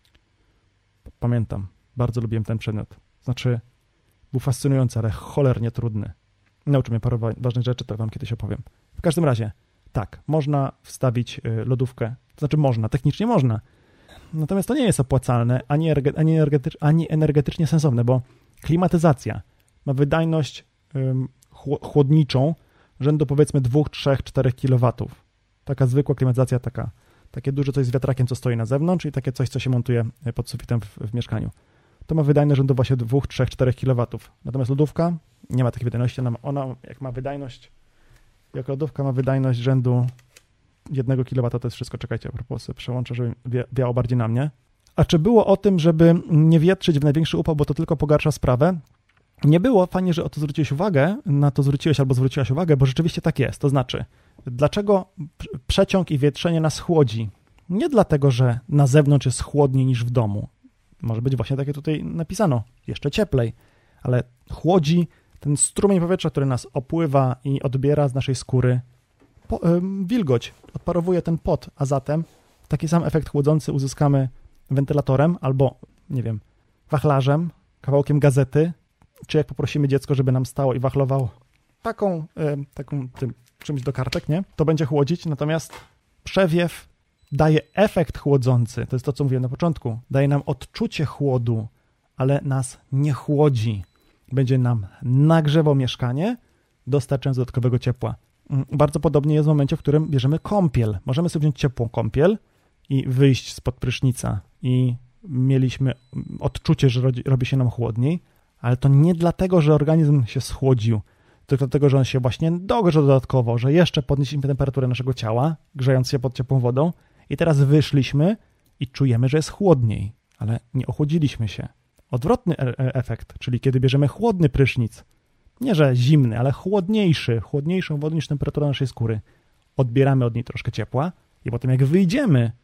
Pamiętam, bardzo lubiłem ten przedmiot. Znaczy, był fascynujący, ale cholernie trudny. Nauczył mnie paru ważnych rzeczy, to wam kiedyś opowiem. W każdym razie, tak, można wstawić lodówkę, to znaczy można, technicznie można. Natomiast to nie jest opłacalne, ani, ani, energetycz, ani energetycznie sensowne, bo klimatyzacja ma wydajność ym, chłodniczą rzędu powiedzmy dwa, trzy, cztery kilowatów. Taka zwykła klimatyzacja, taka, takie duże coś z wiatrakiem, co stoi na zewnątrz i takie coś, co się montuje pod sufitem w, w mieszkaniu. To ma wydajność rzędu właśnie dwa, trzy, cztery kilowatów. Natomiast lodówka nie ma takiej wydajności. Ona, ona jak ma wydajność, jak lodówka ma wydajność rzędu jednego kilowata, to jest wszystko. Czekajcie, a propos sobie przełączę, żeby wiało bardziej na mnie. A czy było o tym, żeby nie wietrzyć w największy upał, bo to tylko pogarsza sprawę? Nie było. Fajnie, że o to zwróciłeś uwagę, na to zwróciłeś albo zwróciłaś uwagę, bo rzeczywiście tak jest. To znaczy, dlaczego przeciąg i wietrzenie nas chłodzi? Nie dlatego, że na zewnątrz jest chłodniej niż w domu. Może być właśnie tak, jak tutaj napisano, jeszcze cieplej, ale chłodzi ten strumień powietrza, który nas opływa i odbiera z naszej skóry po, ym, wilgoć, odparowuje ten pot, a zatem taki sam efekt chłodzący uzyskamy wentylatorem albo, nie wiem, wachlarzem, kawałkiem gazety, czy jak poprosimy dziecko, żeby nam stało i wachlowało taką, y, taką tym, czymś do kartek, nie? To będzie chłodzić, natomiast przewiew daje efekt chłodzący, to jest to, co mówiłem na początku, daje nam odczucie chłodu, ale nas nie chłodzi. Będzie nam nagrzewał mieszkanie, dostarczając dodatkowego ciepła. Bardzo podobnie jest w momencie, w którym bierzemy kąpiel. Możemy sobie wziąć ciepłą kąpiel i wyjść spod prysznica i mieliśmy odczucie, że robi się nam chłodniej, ale to nie dlatego, że organizm się schłodził, tylko dlatego, że on się właśnie dogrzał dodatkowo, że jeszcze podnieśliśmy temperaturę naszego ciała, grzejąc się pod ciepłą wodą i teraz wyszliśmy i czujemy, że jest chłodniej, ale nie ochłodziliśmy się. Odwrotny e- efekt, czyli kiedy bierzemy chłodny prysznic, nie że zimny, ale chłodniejszy, chłodniejszą wodę niż temperatura naszej skóry, odbieramy od niej troszkę ciepła i potem jak wyjdziemy,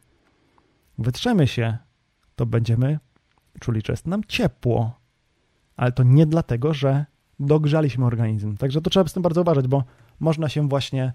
wytrzemy się, to będziemy czuli, że jest nam ciepło, ale to nie dlatego, że dogrzaliśmy organizm. Także to trzeba z tym bardzo uważać, bo można się właśnie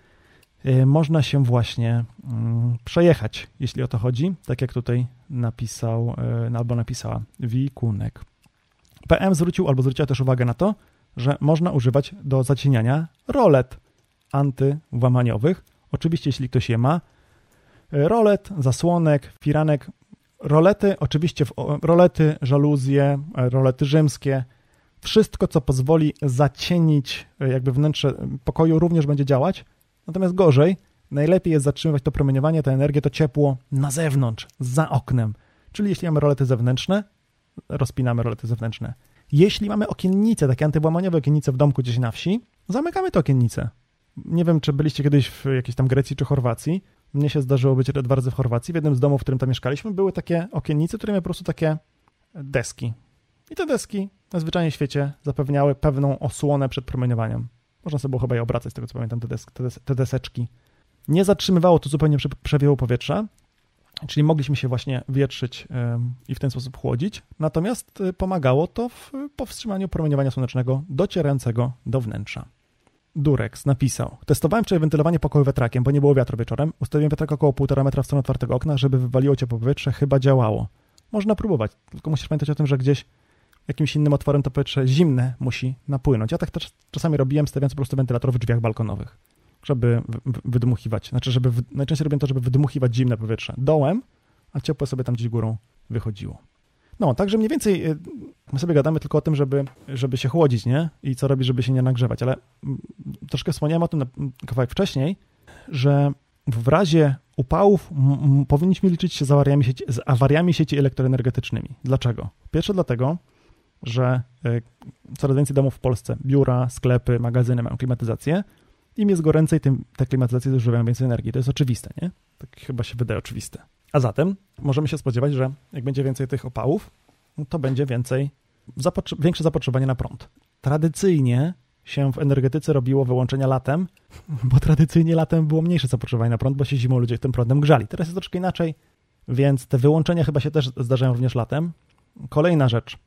yy, można się właśnie yy, przejechać, jeśli o to chodzi, tak jak tutaj napisał, yy, albo napisała Wikunek. P M zwrócił albo zwróciła też uwagę na to, że można używać do zacieniania rolet antywłamaniowych. Oczywiście, jeśli ktoś je ma. Rolet, zasłonek, firanek. Rolety, oczywiście rolety, żaluzje, rolety rzymskie. Wszystko, co pozwoli zacienić jakby wnętrze pokoju, również będzie działać. Natomiast gorzej, najlepiej jest zatrzymywać to promieniowanie, tę energię, to ciepło na zewnątrz, za oknem. Czyli jeśli mamy rolety zewnętrzne, rozpinamy rolety zewnętrzne. Jeśli mamy okiennice, takie antywłamaniowe okiennice w domku gdzieś na wsi, zamykamy te okiennice. Nie wiem, czy byliście kiedyś w jakiejś tam Grecji czy Chorwacji. Mnie się zdarzyło być dwa razy w Chorwacji. W jednym z domów, w którym tam mieszkaliśmy, były takie okiennice, które miały po prostu takie deski. I te deski na zwyczajnie w świecie zapewniały pewną osłonę przed promieniowaniem. Można sobie było chyba je obracać, z tego co pamiętam, te, des, te, des, te deseczki. Nie zatrzymywało to zupełnie przewiewu powietrza, czyli mogliśmy się właśnie wietrzyć ym, i w ten sposób chłodzić, natomiast y, pomagało to w powstrzymaniu promieniowania słonecznego docierającego do wnętrza. Durex napisał: testowałem wczoraj wentylowanie pokoju wiatrakiem, bo nie było wiatru wieczorem. Ustawiłem wiatrak około półtora metra w stronę otwartego okna, żeby wywaliło ciepłe powietrze. Chyba działało. Można próbować, tylko musisz pamiętać o tym, że gdzieś jakimś innym otworem to powietrze zimne musi napłynąć. Ja tak też czasami robiłem, stawiając po prostu wentylator w drzwiach balkonowych, żeby wydmuchiwać. Znaczy, żeby w... najczęściej robiłem to, żeby wydmuchiwać zimne powietrze dołem, a ciepłe sobie tam gdzieś górą wychodziło. No, także mniej więcej my sobie gadamy tylko o tym, żeby, żeby się chłodzić, nie? I co robić, żeby się nie nagrzewać, ale troszkę wspomniałem o tym kawałek wcześniej, że w razie upałów m- m- powinniśmy liczyć się z awariami sieci, z awariami sieci elektroenergetycznymi. Dlaczego? Pierwsze dlatego, że y, coraz więcej domów w Polsce, biura, sklepy, magazyny mają klimatyzację. Im jest goręcej, tym te klimatyzacje zużywają więcej energii. To jest oczywiste, nie? Tak chyba się wydaje oczywiste. A zatem możemy się spodziewać, że jak będzie więcej tych opałów, to będzie więcej, zapotrze- większe zapotrzebowanie na prąd. Tradycyjnie się w energetyce robiło wyłączenia latem, bo tradycyjnie latem było mniejsze zapotrzebowanie na prąd, bo się zimą ludzie tym prądem grzali. Teraz jest troszkę inaczej, więc te wyłączenia chyba się też zdarzają również latem. Kolejna rzecz.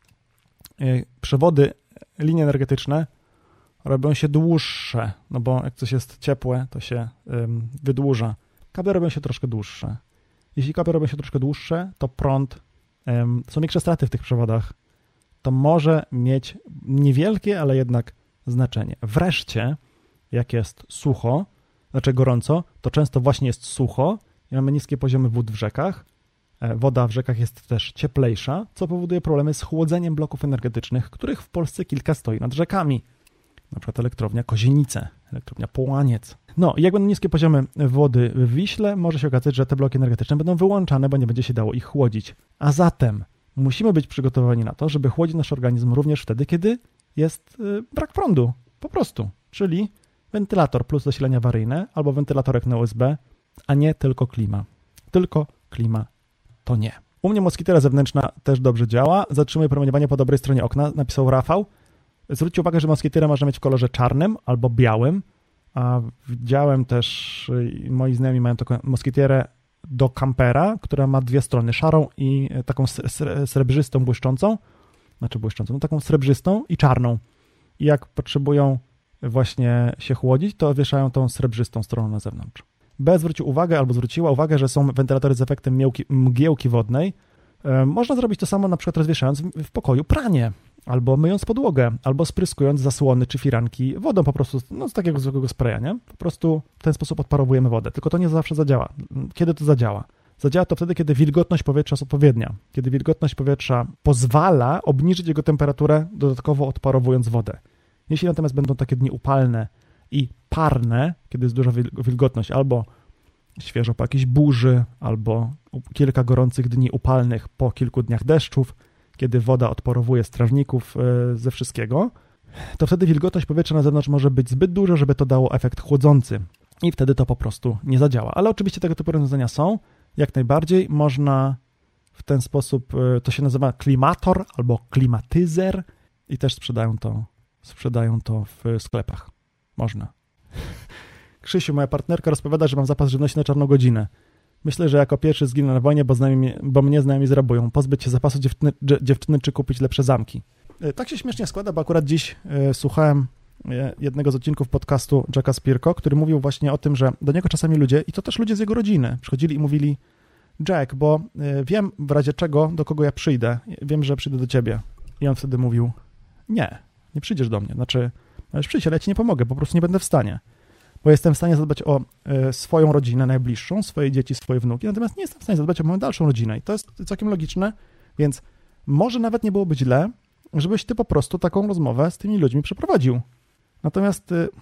Przewody, linie energetyczne robią się dłuższe, no bo jak coś jest ciepłe, to się ym, wydłuża. Kable robią się troszkę dłuższe. Jeśli kable robią się troszkę dłuższe, to prąd, ym, są większe straty w tych przewodach. To może mieć niewielkie, ale jednak znaczenie. Wreszcie, jak jest sucho, znaczy gorąco, to często właśnie jest sucho i mamy niskie poziomy wód w rzekach. Woda w rzekach jest też cieplejsza, co powoduje problemy z chłodzeniem bloków energetycznych, których w Polsce kilka stoi nad rzekami. Na przykład elektrownia Kozienice, elektrownia Połaniec. No i jak będą niskie poziomy wody w Wiśle, może się okazać, że te bloki energetyczne będą wyłączane, bo nie będzie się dało ich chłodzić. A zatem musimy być przygotowani na to, żeby chłodzić nasz organizm również wtedy, kiedy jest yy, brak prądu. Po prostu. Czyli wentylator plus zasilanie awaryjne albo wentylatorek na U S B, a nie tylko klima. Tylko klima to nie. U mnie moskitera zewnętrzna też dobrze działa. Zatrzymuje promieniowanie po dobrej stronie okna, napisał Rafał. Zwróćcie uwagę, że moskitera można mieć w kolorze czarnym albo białym, a widziałem też, moi znajomi mają taką moskiterę do kampera, która ma dwie strony, szarą i taką srebrzystą, błyszczącą, znaczy błyszczącą, no taką srebrzystą i czarną. I jak potrzebują właśnie się chłodzić, to wieszają tą srebrzystą stroną na zewnątrz. B zwrócił uwagę albo zwróciła uwagę, że są wentylatory z efektem mgiełki, mgiełki wodnej. E, można zrobić to samo na przykład rozwieszając w, w pokoju pranie, albo myjąc podłogę, albo spryskując zasłony czy firanki wodą po prostu, no z takiego zwykłego spraya, nie? Po prostu w ten sposób odparowujemy wodę, tylko to nie zawsze zadziała. Kiedy to zadziała? Zadziała to wtedy, kiedy wilgotność powietrza jest odpowiednia. Kiedy wilgotność powietrza pozwala obniżyć jego temperaturę, dodatkowo odparowując wodę. Jeśli natomiast będą takie dni upalne i parne, kiedy jest duża wilgotność, albo świeżo po jakiejś burzy, albo kilka gorących dni upalnych po kilku dniach deszczów, kiedy woda odparowuje z trawników, yy, ze wszystkiego, to wtedy wilgotność powietrza na zewnątrz może być zbyt duża, żeby to dało efekt chłodzący i wtedy to po prostu nie zadziała. Ale oczywiście tego typu rozwiązania są, jak najbardziej można w ten sposób, yy, to się nazywa klimator albo klimatyzer i też sprzedają to, sprzedają to w sklepach. Można. Krzysiu, moja partnerka rozpowiada, że mam zapas żywności na czarną godzinę. Myślę, że jako pierwszy zginę na wojnie, bo, znajomi, bo mnie znajomi zrabują. Pozbyć się zapasu dziewczyny, dziewczyny czy kupić lepsze zamki. Tak się śmiesznie składa, bo akurat dziś y, słuchałem y, jednego z odcinków podcastu Jacka Spirko, który mówił właśnie o tym, że do niego czasami ludzie, i to też ludzie z jego rodziny, przychodzili i mówili: Jack, bo y, wiem w razie czego, do kogo ja przyjdę. Wiem, że przyjdę do ciebie. I on wtedy mówił: nie, nie przyjdziesz do mnie. Znaczy, możesz przyjść, ale ja ci nie pomogę, po prostu nie będę w stanie. Bo jestem w stanie zadbać o y, swoją rodzinę najbliższą, swoje dzieci, swoje wnuki, natomiast nie jestem w stanie zadbać o moją dalszą rodzinę i to jest całkiem logiczne, więc może nawet nie byłoby źle, żebyś ty po prostu taką rozmowę z tymi ludźmi przeprowadził. Natomiast y,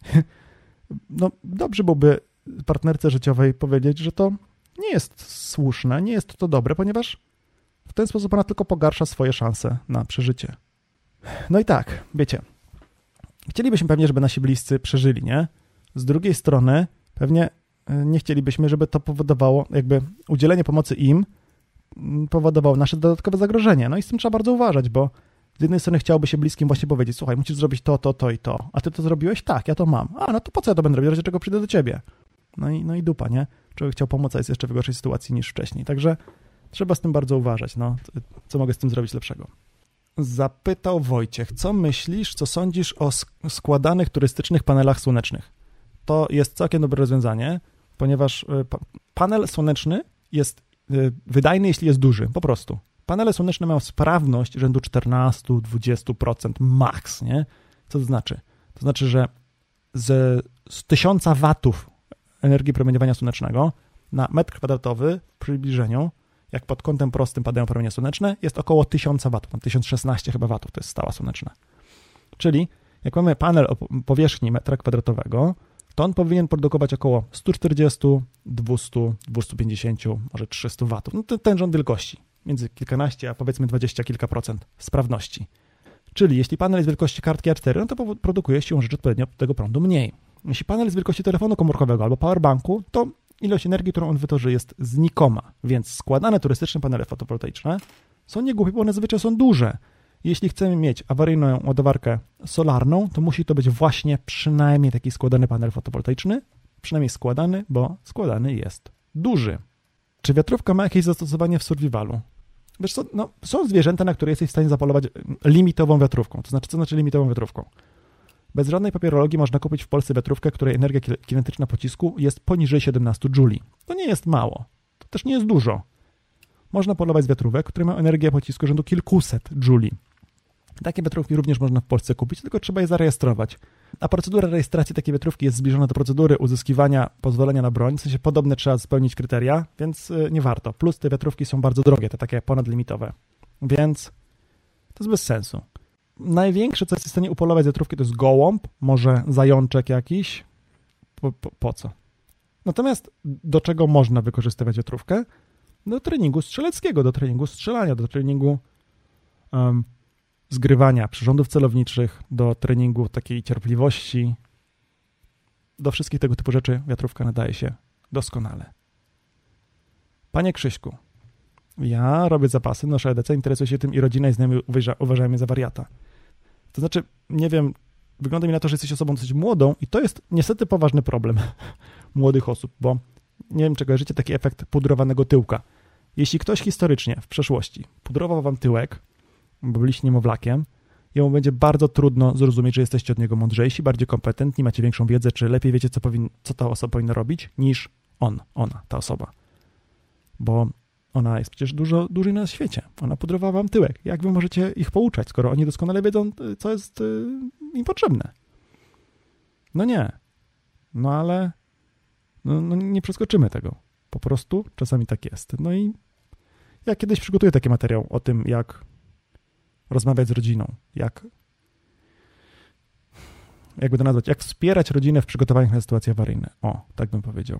no, dobrze byłoby partnerce życiowej powiedzieć, że to nie jest słuszne, nie jest to dobre, ponieważ w ten sposób ona tylko pogarsza swoje szanse na przeżycie. No i tak, wiecie, chcielibyśmy pewnie, żeby nasi bliscy przeżyli, nie? Z drugiej strony pewnie nie chcielibyśmy, żeby to powodowało, jakby udzielenie pomocy im powodowało nasze dodatkowe zagrożenie. No i z tym trzeba bardzo uważać, bo z jednej strony chciałoby się bliskim właśnie powiedzieć, słuchaj, musisz zrobić to, to, to i to, a ty to zrobiłeś? Tak, ja to mam. A, no to po co ja to będę robił, w razie czego przyjdę do ciebie? No i, no i dupa, nie? Człowiek chciał pomóc, a jest jeszcze w gorszej sytuacji niż wcześniej. Także trzeba z tym bardzo uważać, no. Co mogę z tym zrobić lepszego? Zapytał Wojciech, co myślisz, co sądzisz o składanych turystycznych panelach słonecznych? To jest całkiem dobre rozwiązanie, ponieważ panel słoneczny jest wydajny, jeśli jest duży, po prostu. Panele słoneczne mają sprawność rzędu czternaście do dwudziestu procent max, nie? Co to znaczy? To znaczy, że z, z tysiąca watów energii promieniowania słonecznego na metr kwadratowy w przybliżeniu, jak pod kątem prostym padają promienie słoneczne, jest około tysiąc watów, tam tysiąc szesnaście chyba watów, to jest stała słoneczna. Czyli jak mamy panel o powierzchni metra kwadratowego, to on powinien produkować około sto czterdzieści, dwieście, dwieście pięćdziesiąt, może trzysta watów. No to ten rząd wielkości, między kilkanaście a powiedzmy dwadzieścia kilka procent sprawności. Czyli jeśli panel jest wielkości kartki A cztery, no to produkuje siłą rzeczy odpowiednio tego prądu mniej. Jeśli panel jest wielkości telefonu komórkowego albo powerbanku, to ilość energii, którą on wytworzy, jest znikoma, więc składane turystyczne panele fotowoltaiczne są niegłupie, bo one zazwyczaj są duże. Jeśli chcemy mieć awaryjną ładowarkę solarną, to musi to być właśnie przynajmniej taki składany panel fotowoltaiczny, przynajmniej składany, bo składany jest duży. Czy wiatrówka ma jakieś zastosowanie w survivalu? Wiesz co, no, są zwierzęta, na które jesteś w stanie zapolować limitową wiatrówką. To znaczy, co znaczy limitową wiatrówką? Bez żadnej papierologii można kupić w Polsce wiatrówkę, której energia kinetyczna pocisku jest poniżej siedemnaście dżuli. To nie jest mało. To też nie jest dużo. Można polować z wiatrówek, które mają energię pocisku rzędu kilkuset dżuli. Takie wiatrówki również można w Polsce kupić, tylko trzeba je zarejestrować. A procedura rejestracji takiej wiatrówki jest zbliżona do procedury uzyskiwania pozwolenia na broń, w sensie podobne trzeba spełnić kryteria, więc nie warto. Plus te wiatrówki są bardzo drogie, te takie ponadlimitowe. Więc to jest bez sensu. Największe, co jest w stanie upolować z wiatrówki, to jest gołąb, może zajączek jakiś. Po, po, po co? Natomiast do czego można wykorzystywać wiatrówkę? Do treningu strzeleckiego, do treningu strzelania, do treningu um, zgrywania przyrządów celowniczych, do treningu takiej cierpliwości. Do wszystkich tego typu rzeczy wiatrówka nadaje się doskonale. Panie Krzyśku, ja robię zapasy, noszę E D C, interesuję się tym i rodzina i znajomi uważa, uważają mnie za wariata. To znaczy, nie wiem, wygląda mi na to, że jesteś osobą dosyć młodą i to jest niestety poważny problem młodych osób, bo nie wiem, czy kojarzycie taki efekt pudrowanego tyłka. Jeśli ktoś historycznie w przeszłości pudrował wam tyłek, bo byliście niemowlakiem, jemu będzie bardzo trudno zrozumieć, że jesteście od niego mądrzejsi, bardziej kompetentni, macie większą wiedzę, czy lepiej wiecie, co, powin, co ta osoba powinna robić, niż on, ona, ta osoba. Bo ona jest przecież dużo dłużej na świecie. Ona pudrowała wam tyłek. Jak wy możecie ich pouczać, skoro oni doskonale wiedzą, co jest y, im potrzebne? No nie. No ale no, no nie przeskoczymy tego. Po prostu czasami tak jest. No i ja kiedyś przygotuję taki materiał o tym, jak rozmawiać z rodziną, jak jakby to nazwać, jak wspierać rodzinę w przygotowaniach na sytuacje awaryjne. O, tak bym powiedział.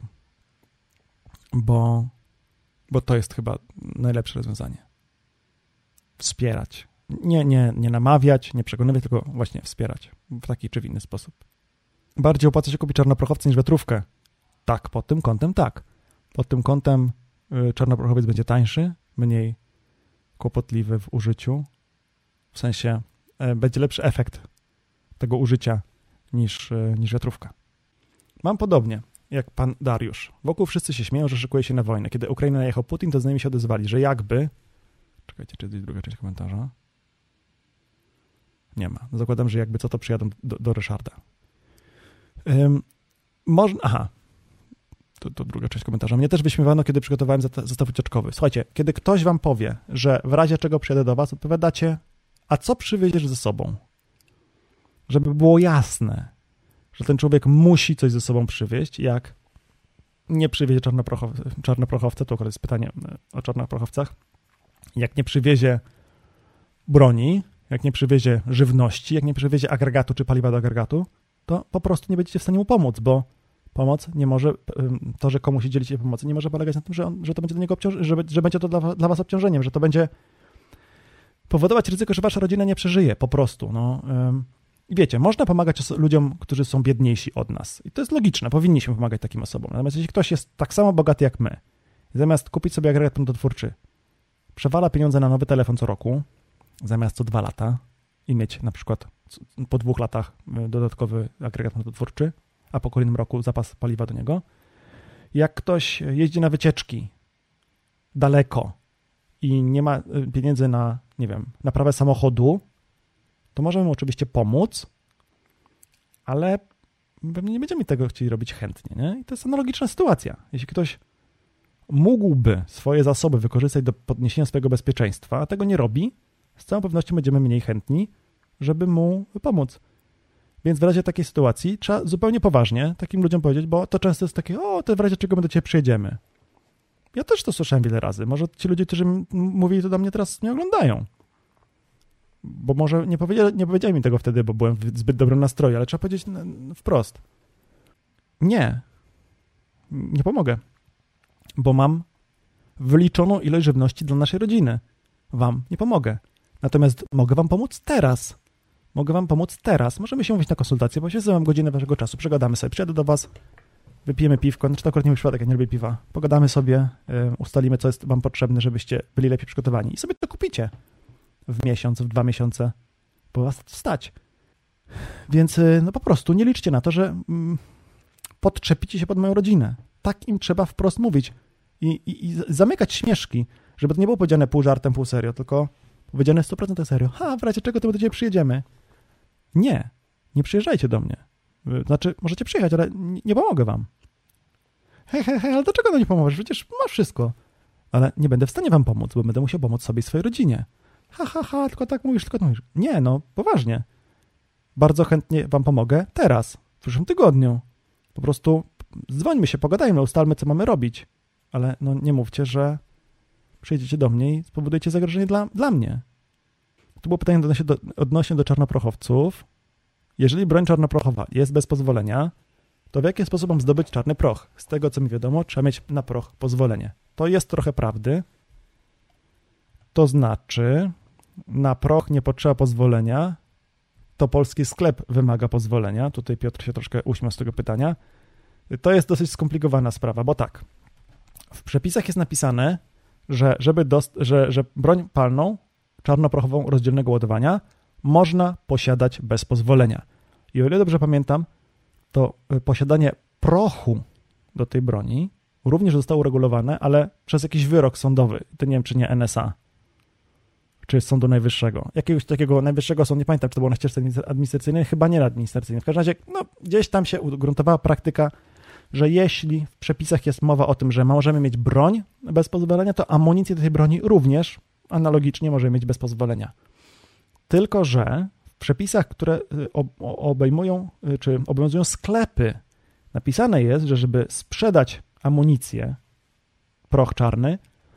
Bo bo to jest chyba najlepsze rozwiązanie. Wspierać. Nie, nie, nie namawiać, nie przekonywać, tylko właśnie wspierać w taki czy w inny sposób. Bardziej opłaca się kupić czarnoprochowce niż wiatrówkę. Tak, pod tym kątem tak. Pod tym kątem y, czarnoprochowiec będzie tańszy, mniej kłopotliwy w użyciu. W sensie y, będzie lepszy efekt tego użycia niż, y, niż wiatrówka. Mam podobnie jak pan Dariusz. Wokół wszyscy się śmieją, że szykuje się na wojnę. Kiedy Ukraina najechał Putin, to znajomi się odezwali, że jakby... Czekajcie, czy jest druga część komentarza? Nie ma. Zakładam, że jakby co, to przyjadą do, do Ryszarda. Um, można... Aha. To, to druga część komentarza. Mnie też wyśmiewano, kiedy przygotowałem zestaw ucieczkowy. Słuchajcie, kiedy ktoś wam powie, że w razie czego przyjadę do was, odpowiadacie, a co przywieziesz ze sobą? Żeby było jasne, że ten człowiek musi coś ze sobą przywieźć, jak nie przywiezie czarnoprochow- czarnoprochowca, to akurat jest pytanie o czarnoprochowcach, jak nie przywiezie broni, jak nie przywiezie żywności, jak nie przywiezie agregatu czy paliwa do agregatu, to po prostu nie będziecie w stanie mu pomóc, bo pomoc nie może, to, że komuś dzielicie pomocy, nie może polegać na tym, że, on, że to będzie dla niego obciąż- że, że będzie to dla, dla was obciążeniem, że to będzie powodować ryzyko, że wasza rodzina nie przeżyje, po prostu, no. Ym. I wiecie, można pomagać ludziom, którzy są biedniejsi od nas. I to jest logiczne, powinniśmy pomagać takim osobom. Natomiast jeśli ktoś jest tak samo bogaty jak my, zamiast kupić sobie agregat prądotwórczy, przewala pieniądze na nowy telefon co roku, zamiast co dwa lata, i mieć na przykład po dwóch latach dodatkowy agregat mototwórczy, a po kolejnym roku zapas paliwa do niego. Jak ktoś jeździ na wycieczki daleko i nie ma pieniędzy na, nie wiem, naprawę samochodu, to możemy mu oczywiście pomóc, ale pewnie nie będziemy tego chcieli robić chętnie, nie? I to jest analogiczna sytuacja. Jeśli ktoś mógłby swoje zasoby wykorzystać do podniesienia swojego bezpieczeństwa, a tego nie robi, z całą pewnością będziemy mniej chętni, żeby mu pomóc. Więc w razie takiej sytuacji trzeba zupełnie poważnie takim ludziom powiedzieć, bo to często jest takie, o, to w razie czego my do ciebie przyjedziemy. Ja też to słyszałem wiele razy. Może ci ludzie, którzy m- mówili to do mnie, teraz nie oglądają. Bo może nie powiedzieli, nie powiedzieli mi tego wtedy, bo byłem w zbyt dobrym nastroju, ale trzeba powiedzieć wprost. Nie. Nie pomogę. Bo mam wyliczoną ilość żywności dla naszej rodziny. Wam nie pomogę. Natomiast mogę wam pomóc teraz. Mogę wam pomóc teraz. Możemy się umówić na konsultację, bo się mam godzinę waszego czasu. Przegadamy sobie. Przyjadę do was, wypijemy piwko. Znaczy to akurat nie mój przypadek, ja nie lubię piwa. Pogadamy sobie, yy, ustalimy, co jest wam potrzebne, żebyście byli lepiej przygotowani. I sobie to kupicie w miesiąc, w dwa miesiące. Bo was stać. Więc yy, no po prostu nie liczcie na to, że yy, podczepicie się pod moją rodzinę. Tak im trzeba wprost mówić. I, i, i zamykać śmieszki, żeby to nie było powiedziane pół żartem, pół serio, tylko powiedziane sto procent serio. Ha, w razie czego to my do ciebie przyjedziemy. Nie, nie przyjeżdżajcie do mnie. Znaczy, możecie przyjechać, ale nie, nie pomogę wam. Hej, hej, hej, ale dlaczego no nie pomożesz? Przecież masz wszystko. Ale nie będę w stanie wam pomóc, bo będę musiał pomóc sobie i swojej rodzinie. Ha, ha, ha, tylko tak mówisz, tylko tak mówisz. Nie, no, poważnie. Bardzo chętnie wam pomogę teraz, w przyszłym tygodniu. Po prostu dzwońmy się, pogadajmy, ustalmy, co mamy robić. Ale no nie mówcie, że przyjdziecie do mnie i spowodujecie zagrożenie dla, dla mnie. Tu było pytanie odnośnie do, odnośnie do czarnoprochowców. Jeżeli broń czarnoprochowa jest bez pozwolenia, to w jaki sposób mam zdobyć czarny proch? Z tego, co mi wiadomo, trzeba mieć na proch pozwolenie. To jest trochę prawdy. To znaczy, na proch nie potrzeba pozwolenia, to polski sklep wymaga pozwolenia. Tutaj Piotr się troszkę uśmiał z tego pytania. To jest dosyć skomplikowana sprawa, bo tak, w przepisach jest napisane, że, żeby dost- że, że broń palną, czarnoprochową rozdzielnego ładowania można posiadać bez pozwolenia. I o ile dobrze pamiętam, to posiadanie prochu do tej broni również zostało uregulowane, ale przez jakiś wyrok sądowy. To nie wiem, czy nie N S A, czy Sądu Najwyższego. Jakiegoś takiego najwyższego sądu, nie pamiętam, czy to było na ścieżce administracyjnej, chyba nie administracyjnej. W każdym razie, no, gdzieś tam się ugruntowała praktyka, że jeśli w przepisach jest mowa o tym, że możemy mieć broń bez pozwolenia, to amunicję do tej broni również analogicznie możemy mieć bez pozwolenia. Tylko że w przepisach, które obejmują, czy obowiązują sklepy, napisane jest, że żeby sprzedać amunicję, proch czarny,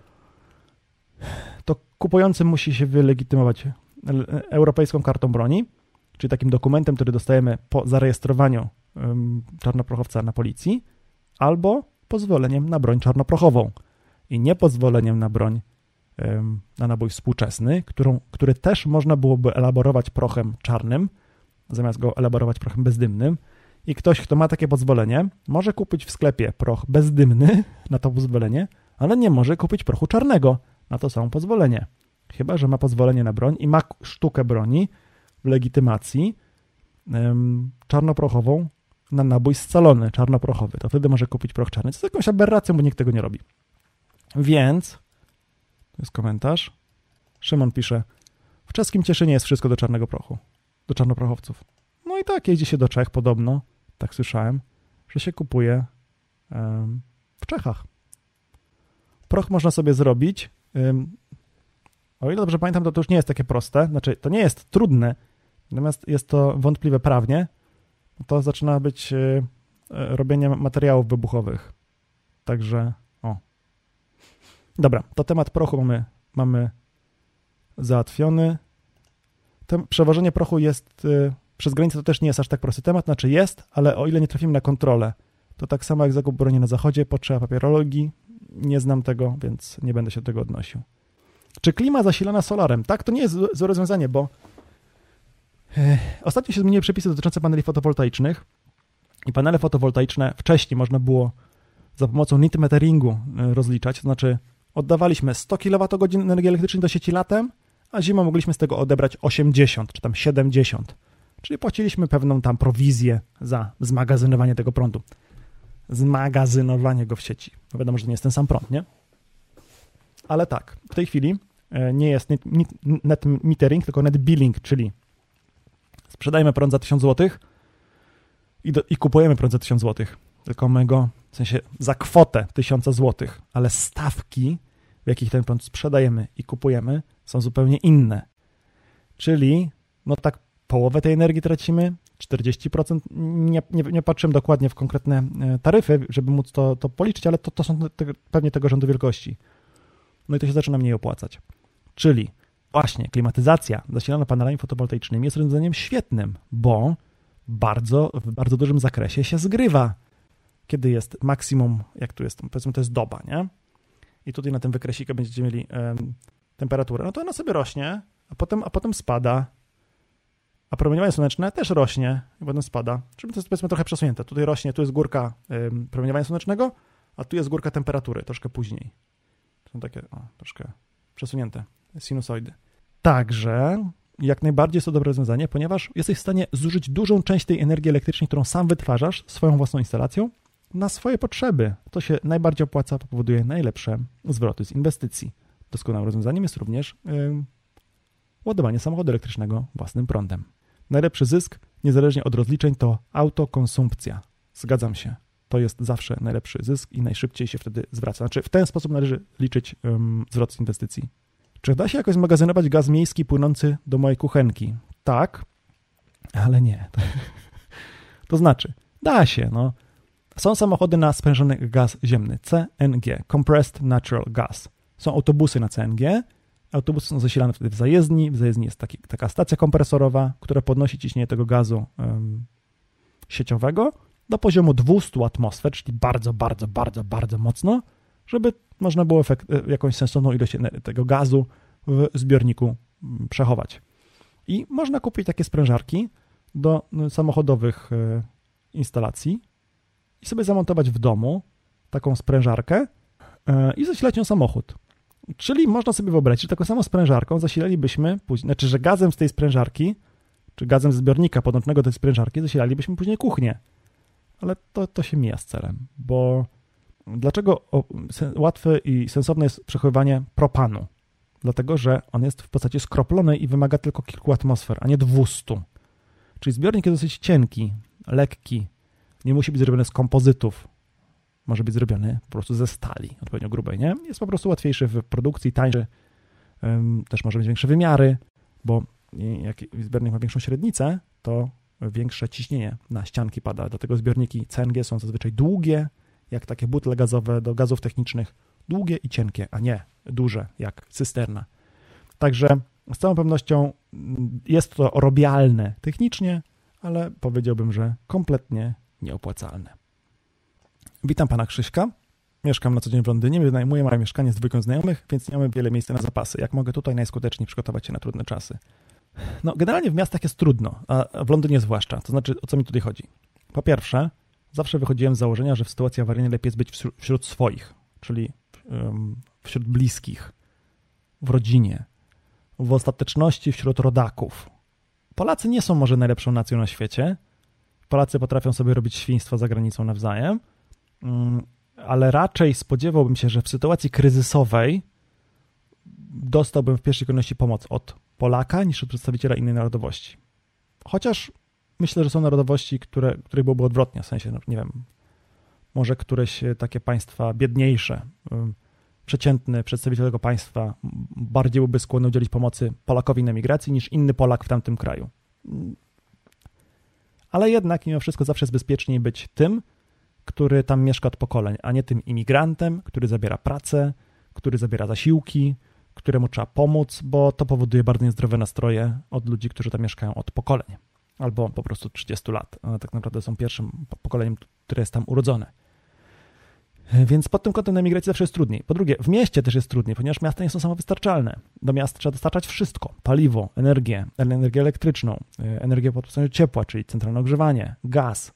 to kupujący musi się wylegitymować europejską kartą broni, czyli takim dokumentem, który dostajemy po zarejestrowaniu czarnoprochowca na policji, albo pozwoleniem na broń czarnoprochową i nie pozwoleniem na broń, na nabój współczesny, którą, który też można byłoby elaborować prochem czarnym, zamiast go elaborować prochem bezdymnym. I ktoś, kto ma takie pozwolenie, może kupić w sklepie proch bezdymny na to pozwolenie, ale nie może kupić prochu czarnego na to samo pozwolenie. Chyba że ma pozwolenie na broń i ma sztukę broni w legitymacji ym, czarnoprochową na nabój scalony, czarnoprochowy. To wtedy może kupić proch czarny. To jest jakąś aberracją, bo nikt tego nie robi. Więc, to jest komentarz, Szymon pisze, w czeskim Cieszynie jest wszystko do czarnego prochu, do czarnoprochowców. No i tak, jeździ się do Czech podobno, tak słyszałem, że się kupuje ym, w Czechach. Proch można sobie zrobić, ym, o ile dobrze pamiętam, to, to już nie jest takie proste, znaczy to nie jest trudne, natomiast jest to wątpliwe prawnie, to zaczyna być y, robienie materiałów wybuchowych. Także, o. Dobra, to temat prochu mamy, mamy załatwiony. Tem, przewożenie prochu jest, y, przez granicę to też nie jest aż tak prosty temat, znaczy jest, ale o ile nie trafimy na kontrolę, to tak samo jak zakup broni na zachodzie, potrzeba papierologii, nie znam tego, więc nie będę się do tego odnosił. Czy klima zasilana solarem? Tak, to nie jest złe rozwiązanie, bo e, ostatnio się zmieniły przepisy dotyczące paneli fotowoltaicznych i panele fotowoltaiczne wcześniej można było za pomocą net meteringu rozliczać, to znaczy oddawaliśmy sto kilowatogodzin energii elektrycznej do sieci latem, a zimą mogliśmy z tego odebrać osiemdziesiąt czy tam siedemdziesiąt. Czyli płaciliśmy pewną tam prowizję za zmagazynowanie tego prądu. Zmagazynowanie go w sieci. No wiadomo, że to nie jest ten sam prąd, nie? Ale tak, w tej chwili nie jest net, net metering, tylko net billing, czyli sprzedajemy prąd za tysiąc złotych i, do, i kupujemy prąd za tysiąc złotych. Tylko my go, w sensie za kwotę tysiąc złotych, ale stawki, w jakich ten prąd sprzedajemy i kupujemy, są zupełnie inne. Czyli, no tak, połowę tej energii tracimy, czterdzieści procent, nie, nie, nie patrzyłem dokładnie w konkretne taryfy, żeby móc to, to policzyć, ale to, to są te, pewnie tego rzędu wielkości. No i to się zaczyna mniej opłacać. Czyli właśnie klimatyzacja zasilana panelami fotowoltaicznymi jest rozwiązaniem świetnym, bo bardzo, w bardzo dużym zakresie się zgrywa, kiedy jest maksimum, jak tu jest, powiedzmy to jest doba, nie? I tutaj na tym wykresika będziecie mieli um, temperaturę, no to ona sobie rośnie, a potem, a potem spada, a promieniowanie słoneczne też rośnie i potem spada. Czyli to jest powiedzmy trochę przesunięte. Tutaj rośnie, tu jest górka um, promieniowania słonecznego, a tu jest górka temperatury, troszkę później. Są takie, o, troszkę przesunięte sinusoidy. Także jak najbardziej jest to dobre rozwiązanie, ponieważ jesteś w stanie zużyć dużą część tej energii elektrycznej, którą sam wytwarzasz swoją własną instalacją, na swoje potrzeby. To się najbardziej opłaca, to powoduje najlepsze zwroty z inwestycji. Doskonałym rozwiązaniem jest również yy, ładowanie samochodu elektrycznego własnym prądem. Najlepszy zysk, niezależnie od rozliczeń, to autokonsumpcja. Zgadzam się. To jest zawsze najlepszy zysk i najszybciej się wtedy zwraca. Znaczy w ten sposób należy liczyć um, zwrot z inwestycji. Czy da się jakoś zmagazynować gaz miejski płynący do mojej kuchenki? Tak, ale nie. To znaczy, da się, no. Są samochody na sprężony gaz ziemny, C N G, Compressed Natural Gas. Są autobusy na C N G, autobusy są zasilane wtedy w zajezdni, w zajezdni jest taki, taka stacja kompresorowa, która podnosi ciśnienie tego gazu um, sieciowego do poziomu dwieście atmosfer, czyli bardzo, bardzo, bardzo, bardzo mocno, żeby można było efekt, jakąś sensowną ilość tego gazu w zbiorniku przechować. I można kupić takie sprężarki do samochodowych instalacji i sobie zamontować w domu taką sprężarkę i zasilać nią samochód. Czyli można sobie wyobrazić, że taką samą sprężarką zasilalibyśmy później, znaczy, że gazem z tej sprężarki, czy gazem z zbiornika podłączonego do tej sprężarki zasilalibyśmy później kuchnię. Ale to, to się mija z celem, bo dlaczego łatwe i sensowne jest przechowywanie propanu? Dlatego, że on jest w postaci skroplony i wymaga tylko kilku atmosfer, a nie dwustu. Czyli zbiornik jest dosyć cienki, lekki, nie musi być zrobiony z kompozytów. Może być zrobiony po prostu ze stali, odpowiednio grubej, nie? Jest po prostu łatwiejszy w produkcji, tańszy, też może mieć większe wymiary, bo jak zbiornik ma większą średnicę, to większe ciśnienie na ścianki pada. Dlatego zbiorniki C N G są zazwyczaj długie, jak takie butle gazowe do gazów technicznych, długie i cienkie, a nie duże, jak cysterna. Także z całą pewnością jest to robialne technicznie, ale powiedziałbym, że kompletnie nieopłacalne. Witam pana Krzyśka. Mieszkam na co dzień w Londynie, wynajmuję małe mieszkanie z dwójką znajomych, więc nie mamy wiele miejsca na zapasy. Jak mogę tutaj najskuteczniej przygotować się na trudne czasy? No, generalnie w miastach jest trudno, a w Londynie zwłaszcza. To znaczy, o co mi tutaj chodzi? Po pierwsze, zawsze wychodziłem z założenia, że w sytuacji awaryjnej lepiej jest być wśród, wśród swoich, czyli um, wśród bliskich, w rodzinie, w ostateczności wśród rodaków. Polacy nie są może najlepszą nacją na świecie. Polacy potrafią sobie robić świństwo za granicą nawzajem, um, ale raczej spodziewałbym się, że w sytuacji kryzysowej dostałbym w pierwszej kolejności pomoc od Polaka niż od przedstawiciela innej narodowości. Chociaż myślę, że są narodowości, które, których byłoby odwrotnie, w sensie, no, nie wiem, może któreś takie państwa biedniejsze, przeciętny przedstawiciel tego państwa bardziej byłby skłonny udzielić pomocy Polakowi na migracji niż inny Polak w tamtym kraju. Ale jednak mimo wszystko zawsze jest bezpieczniej być tym, który tam mieszka od pokoleń, a nie tym imigrantem, który zabiera pracę, który zabiera zasiłki, któremu trzeba pomóc, bo to powoduje bardzo niezdrowe nastroje od ludzi, którzy tam mieszkają od pokoleń, albo po prostu trzydziestu lat. One tak naprawdę są pierwszym pokoleniem, które jest tam urodzone. Więc pod tym kątem na emigracji zawsze jest trudniej. Po drugie, w mieście też jest trudniej, ponieważ miasta nie są samowystarczalne. Do miast trzeba dostarczać wszystko. Paliwo, energię, energię elektryczną, energię po prostu ciepła, czyli centralne ogrzewanie, gaz,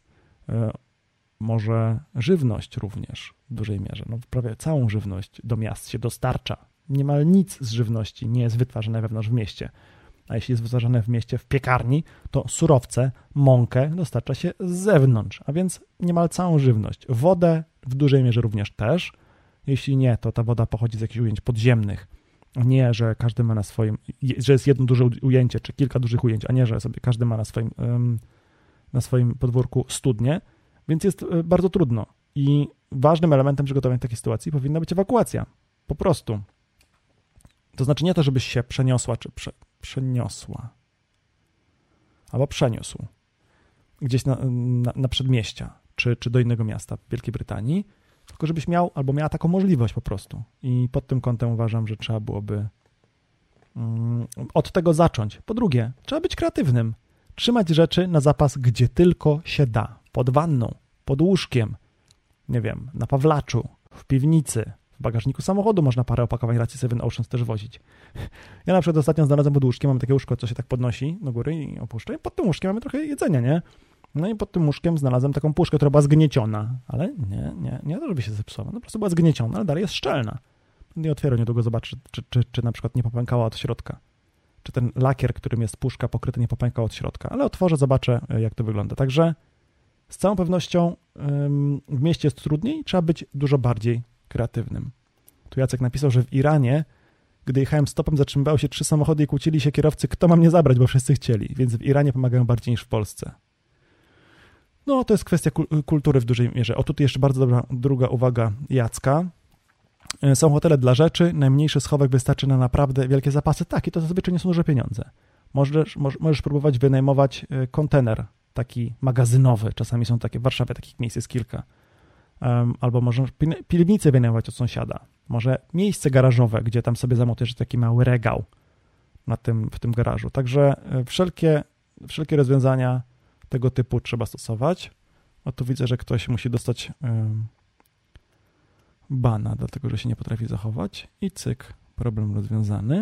może żywność również w dużej mierze. No, prawie całą żywność do miast się dostarcza niemal nic z żywności nie jest wytwarzane wewnątrz w mieście. A jeśli jest wytwarzane w mieście, w piekarni, to surowce, mąkę dostarcza się z zewnątrz, a więc niemal całą żywność. Wodę w dużej mierze również też. Jeśli nie, to ta woda pochodzi z jakichś ujęć podziemnych. Nie, że każdy ma na swoim, że jest jedno duże ujęcie, czy kilka dużych ujęć, a nie, że sobie każdy ma na swoim, na swoim podwórku studnię, więc jest bardzo trudno. I ważnym elementem przygotowania takiej sytuacji powinna być ewakuacja. Po prostu. To znaczy nie to, żebyś się przeniosła, czy prze, przeniosła, albo przeniósł gdzieś na, na, na przedmieścia, czy, czy do innego miasta w Wielkiej Brytanii, tylko żebyś miał albo miała taką możliwość po prostu. I pod tym kątem uważam, że trzeba byłoby um, od tego zacząć. Po drugie, trzeba być kreatywnym. Trzymać rzeczy na zapas, gdzie tylko się da. Pod wanną, pod łóżkiem, nie wiem, na Pawlaczu, w piwnicy, w bagażniku samochodu można parę opakowań racji Seven Oceans też wozić. Ja na przykład ostatnio znalazłem pod łóżkiem, mamy takie łóżko, co się tak podnosi do góry i opuszcza, i pod tym łóżkiem mamy trochę jedzenia, nie? No i pod tym łóżkiem znalazłem taką puszkę, która była zgnieciona, ale nie, nie, nie to, żeby się zepsuła, no po prostu była zgnieciona, ale dalej jest szczelna. I otwieram niedługo, zobaczę, czy, czy, czy na przykład nie popękała od środka. Czy ten lakier, którym jest puszka pokryty, nie popękał od środka, ale otworzę, zobaczę, jak to wygląda. Także z całą pewnością ym, w mieście jest trudniej, trzeba być dużo bardziej kreatywnym. Tu Jacek napisał, że w Iranie, gdy jechałem stopem, zatrzymywały się trzy samochody i kłócili się kierowcy, kto ma mnie zabrać, bo wszyscy chcieli, więc w Iranie pomagają bardziej niż w Polsce. No, to jest kwestia kultury w dużej mierze. O, tutaj jeszcze bardzo dobra druga uwaga Jacka. Są hotele dla rzeczy, najmniejszy schowek wystarczy na naprawdę wielkie zapasy. Tak, i to zazwyczaj nie są duże pieniądze. Możesz, możesz próbować wynajmować kontener taki magazynowy. Czasami są takie, w Warszawie takich miejsc jest kilka. Um, albo możesz piwnicę wynajmować od sąsiada. Może miejsce garażowe, gdzie tam sobie zamontujesz taki mały regał na tym, w tym garażu. Także wszelkie, wszelkie rozwiązania tego typu trzeba stosować. A tu widzę, że ktoś musi dostać um, bana, dlatego że się nie potrafi zachować. I cyk, problem rozwiązany.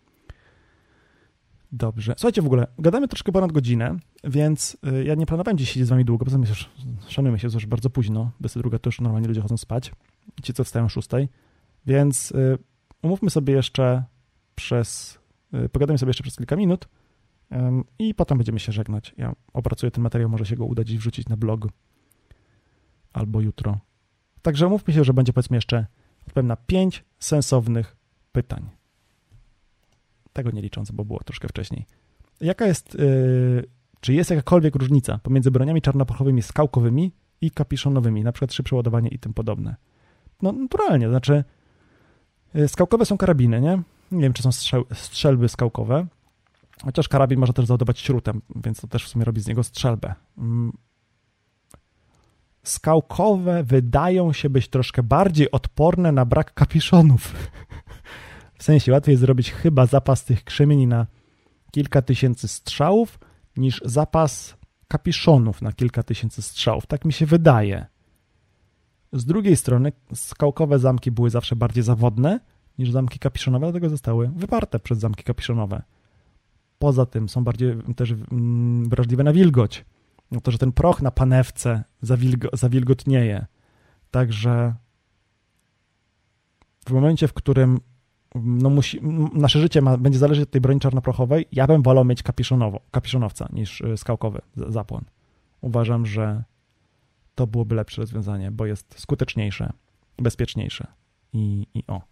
Dobrze. Słuchajcie, w ogóle gadamy troszkę ponad godzinę, więc y, ja nie planowałem dziś siedzieć z wami długo, bo już szanujmy się, że już bardzo późno, dwudziesta druga to już normalnie ludzie chodzą spać, ci co wstają o szóstej, więc y, umówmy sobie jeszcze przez, y, pogadamy sobie jeszcze przez kilka minut y, i potem będziemy się żegnać. Ja opracuję ten materiał, może się go udać i wrzucić na blog albo jutro. Także umówmy się, że będzie powiedzmy jeszcze odpowiem na pięć sensownych pytań. Tego nie licząc, bo było troszkę wcześniej. Jaka jest, yy, czy jest jakakolwiek różnica pomiędzy broniami czarnoprochowymi skałkowymi i kapiszonowymi, na przykład szybsze ładowanie i tym podobne? No naturalnie, to znaczy yy, skałkowe są karabiny, nie? Nie wiem, czy są strzel, strzelby skałkowe, chociaż karabin można też załadować śrutem, więc to też w sumie robi z niego strzelbę. Yy. Skałkowe wydają się być troszkę bardziej odporne na brak kapiszonów. W sensie łatwiej zrobić chyba zapas tych krzemieni na kilka tysięcy strzałów niż zapas kapiszonów na kilka tysięcy strzałów. Tak mi się wydaje. Z drugiej strony skałkowe zamki były zawsze bardziej zawodne niż zamki kapiszonowe, dlatego zostały wyparte przez zamki kapiszonowe. Poza tym są bardziej też wrażliwe na wilgoć. No to, że ten proch na panewce zawilgo, zawilgotnieje. Także w momencie, w którym no musi, nasze życie ma, będzie zależeć od tej broni czarnoprochowej, ja bym wolał mieć kapiszonowo, kapiszonowca niż skałkowy zapłon. Uważam, że to byłoby lepsze rozwiązanie, bo jest skuteczniejsze, bezpieczniejsze. I, i o.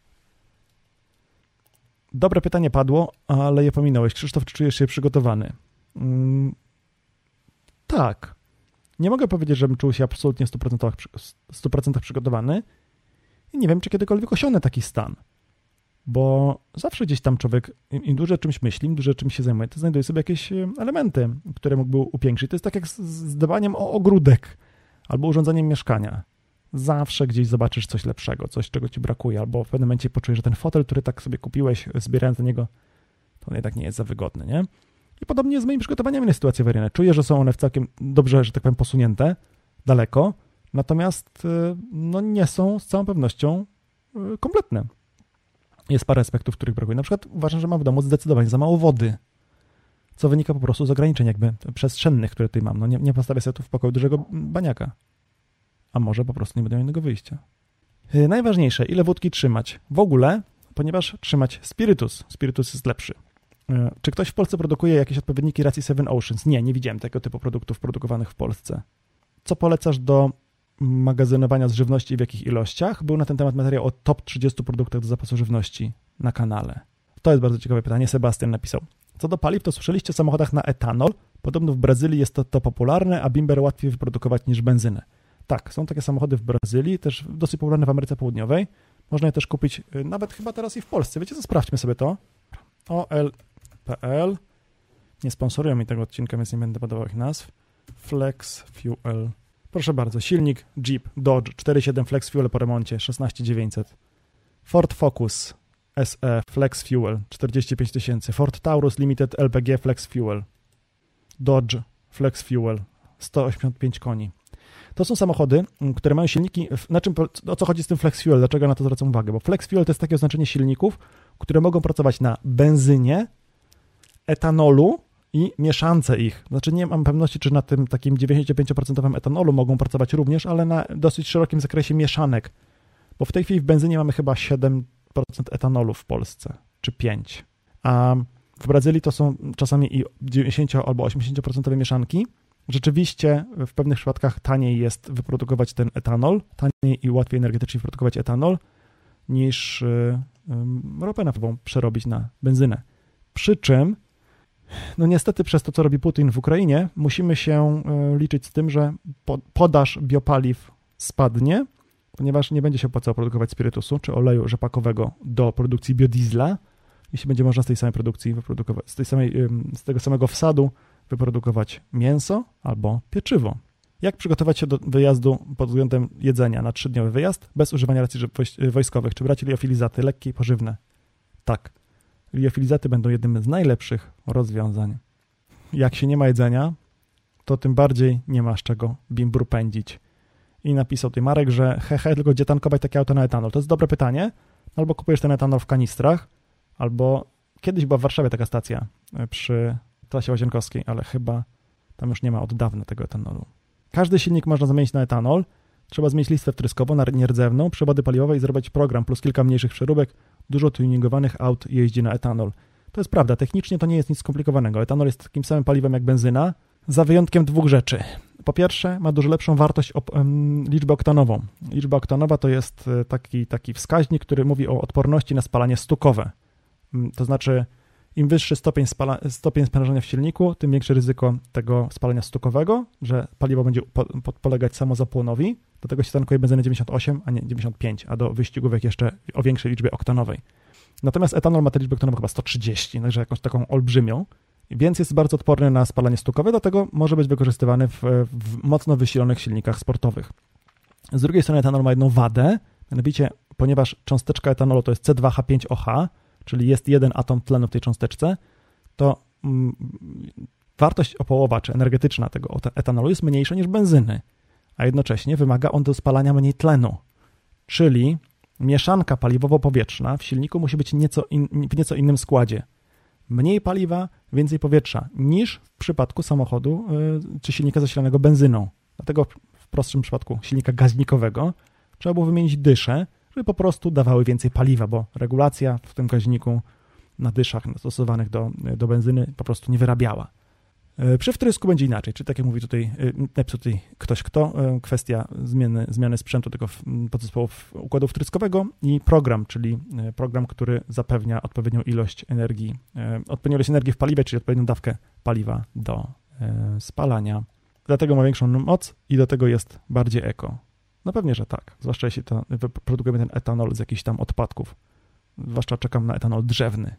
Dobre pytanie padło, ale je pominąłeś. Krzysztof, czy czujesz się przygotowany? Mm, tak. Nie mogę powiedzieć, żebym czuł się absolutnie w stu procentach przygotowany i nie wiem, czy kiedykolwiek osiągnę taki stan. Bo zawsze gdzieś tam człowiek, im dłużej o czymś myśli, im dłużej o czymś się zajmuje, to znajduje sobie jakieś elementy, które mógłby upiększyć. To jest tak jak z dbaniem o ogródek albo urządzeniem mieszkania. Zawsze gdzieś zobaczysz coś lepszego, coś, czego ci brakuje, albo w pewnym momencie poczujesz, że ten fotel, który tak sobie kupiłeś, zbierając na niego, to on jednak nie jest za wygodny, nie? I podobnie jest z moimi przygotowaniami na sytuacje awaryjne. Czuję, że są one w całkiem dobrze, że tak powiem, posunięte, daleko, natomiast no, nie są z całą pewnością kompletne. Jest parę aspektów, których brakuje. Na przykład uważam, że mam w domu zdecydowanie za mało wody, co wynika po prostu z ograniczeń jakby przestrzennych, które tutaj mam. No nie, nie postawię sobie tu w pokoju dużego baniaka. A może po prostu nie będę miał innego wyjścia. Yy, najważniejsze, ile wódki trzymać? W ogóle ponieważ trzymać spirytus. Spirytus jest lepszy. Czy ktoś w Polsce produkuje jakieś odpowiedniki racji Seven Oceans? Nie, nie widziałem tego typu produktów produkowanych w Polsce. Co polecasz do magazynowania z żywności i w jakich ilościach? Był na ten temat materiał o top trzydziestu produktach do zapasu żywności na kanale. To jest bardzo ciekawe pytanie. Sebastian napisał. Co do paliw, to słyszeliście o samochodach na etanol? Podobno w Brazylii jest to, to popularne, a bimber łatwiej wyprodukować niż benzynę. Tak, są takie samochody w Brazylii, też dosyć popularne w Ameryce Południowej. Można je też kupić nawet chyba teraz i w Polsce. Wiecie co? Sprawdźmy sobie to. O L P L. Nie sponsorują mi tego odcinka, więc nie będę podawał ich nazw. Flex Fuel. Proszę bardzo, silnik Jeep Dodge cztery siedem Flex Fuel po remoncie szesnaście dziewięćset. Ford Focus S E Flex Fuel czterdzieści pięć tysięcy. Ford Taurus Limited L P G Flex Fuel. Dodge Flex Fuel sto osiemdziesiąt pięć koni. To są samochody, które mają silniki. Na czym, o co chodzi z tym Flex Fuel? Dlaczego na to zwracam uwagę? Bo Flex Fuel to jest takie oznaczenie silników, które mogą pracować na benzynie, etanolu i mieszance ich. Znaczy nie mam pewności, czy na tym takim dziewięćdziesiąt pięć procent etanolu mogą pracować również, ale na dosyć szerokim zakresie mieszanek. Bo w tej chwili w benzynie mamy chyba siedem procent etanolu w Polsce, czy pięć procent. A w Brazylii to są czasami i dziewięćdziesiąt albo osiemdziesiąt procent mieszanki. Rzeczywiście w pewnych przypadkach taniej jest wyprodukować ten etanol, taniej i łatwiej energetycznie wyprodukować etanol, niż yy, yy, ropę naftową przerobić na benzynę. Przy czym, no niestety przez to, co robi Putin w Ukrainie, musimy się yy, liczyć z tym, że po, podaż biopaliw spadnie, ponieważ nie będzie się opłacało produkować spirytusu czy oleju rzepakowego do produkcji biodiesla, jeśli będzie można z tej samej produkcji wyprodukować, z, tej samej, yy, z tego samego wsadu wyprodukować mięso albo pieczywo. Jak przygotować się do wyjazdu pod względem jedzenia na trzydniowy wyjazd bez używania racji wojskowych? Czy brać liofilizaty lekkie i pożywne? Tak. Liofilizaty będą jednym z najlepszych rozwiązań. Jak się nie ma jedzenia, to tym bardziej nie ma z czego bimbru pędzić. I napisał tutaj Marek, że hehe, tylko gdzie tankować takie auto na etanol? To jest dobre pytanie. Albo kupujesz ten etanol w kanistrach, albo kiedyś była w Warszawie taka stacja przy trasie Łazienkowskiej, ale chyba tam już nie ma od dawna tego etanolu. Każdy silnik można zamienić na etanol. Trzeba zmienić listwę wtryskową na nierdzewną, przewody paliwowe i zrobić program plus kilka mniejszych przeróbek. Dużo tuningowanych aut jeździ na etanol. To jest prawda, technicznie to nie jest nic skomplikowanego. Etanol jest takim samym paliwem jak benzyna, za wyjątkiem dwóch rzeczy. Po pierwsze, ma dużo lepszą wartość op- um, liczbę oktanową. Liczba oktanowa to jest taki, taki wskaźnik, który mówi o odporności na spalanie stukowe. To znaczy, im wyższy stopień, spala, stopień sprężenia w silniku, tym większe ryzyko tego spalania stukowego, że paliwo będzie po, po, polegać samozapłonowi. Do tego się tankuje benzynę dziewięćdziesiąt osiem, a nie dziewięćdziesiąt pięć, a do wyścigówek jeszcze o większej liczbie oktanowej. Natomiast etanol ma tę liczbę oktanową chyba sto trzydzieści, także jakąś taką olbrzymią, więc jest bardzo odporny na spalanie stukowe, dlatego może być wykorzystywany w, w mocno wysilonych silnikach sportowych. Z drugiej strony etanol ma jedną wadę, mianowicie ponieważ cząsteczka etanolu to jest C dwa H pięć O H, czyli jest jeden atom tlenu w tej cząsteczce, to mm, wartość opołowa czy energetyczna tego etanolu jest mniejsza niż benzyny, a jednocześnie wymaga on do spalania mniej tlenu, czyli mieszanka paliwowo-powietrzna w silniku musi być nieco in, w nieco innym składzie. Mniej paliwa, więcej powietrza niż w przypadku samochodu yy, czy silnika zasilanego benzyną. Dlatego w prostszym przypadku silnika gaźnikowego trzeba było wymienić dysze, żeby po prostu dawały więcej paliwa, bo regulacja w tym gaźniku na dyszach stosowanych do, do benzyny po prostu nie wyrabiała. Przy wtrysku będzie inaczej, czy tak jak mówi tutaj, napisał tutaj ktoś kto, kwestia zmiany, zmiany sprzętu tego podzespołów układu wtryskowego i program, czyli program, który zapewnia odpowiednią ilość energii, odpowiednią ilość energii w paliwie, czyli odpowiednią dawkę paliwa do spalania. Dlatego ma większą moc i do tego jest bardziej eko. No pewnie, że tak, zwłaszcza jeśli to produkujemy ten etanol z jakichś tam odpadków. Zwłaszcza czekam na etanol drzewny,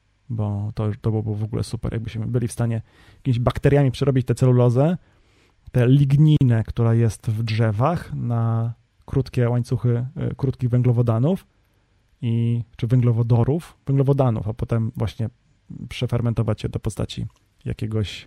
bo to, to byłoby w ogóle super, jakbyśmy byli w stanie jakimiś bakteriami przerobić tę celulozę, tę ligninę, która jest w drzewach, na krótkie łańcuchy krótkich węglowodanów i czy węglowodorów, węglowodanów, a potem właśnie przefermentować je do postaci jakiegoś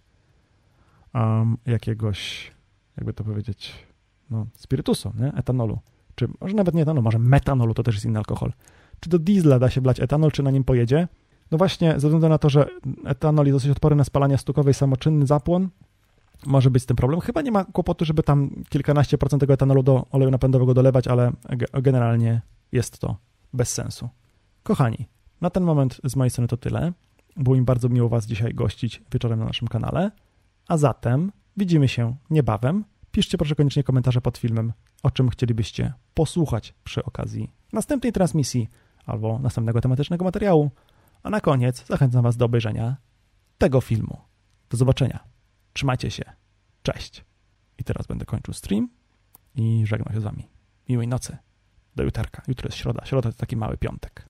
um, jakiegoś, jakby to powiedzieć, no, spirytusu, nie? Etanolu. Czy może nawet nie etanolu, może metanolu, to też jest inny alkohol. Czy do diesla da się wlać etanol, czy na nim pojedzie? No właśnie, ze względu na to, że etanol jest dosyć odporny na spalanie stukowe i samoczynny zapłon, może być z tym problem. Chyba nie ma kłopotu, żeby tam kilkanaście procent tego etanolu do oleju napędowego dolewać, ale generalnie jest to bez sensu. Kochani, na ten moment z mojej strony to tyle. Było mi bardzo miło Was dzisiaj gościć wieczorem na naszym kanale. A zatem widzimy się niebawem. Piszcie proszę koniecznie komentarze pod filmem, o czym chcielibyście posłuchać przy okazji następnej transmisji albo następnego tematycznego materiału. A na koniec zachęcam Was do obejrzenia tego filmu. Do zobaczenia. Trzymajcie się. Cześć. I teraz będę kończył stream i żegnam się z Wami. Miłej nocy. Do jutarka. Jutro jest środa. Środa to taki mały piątek.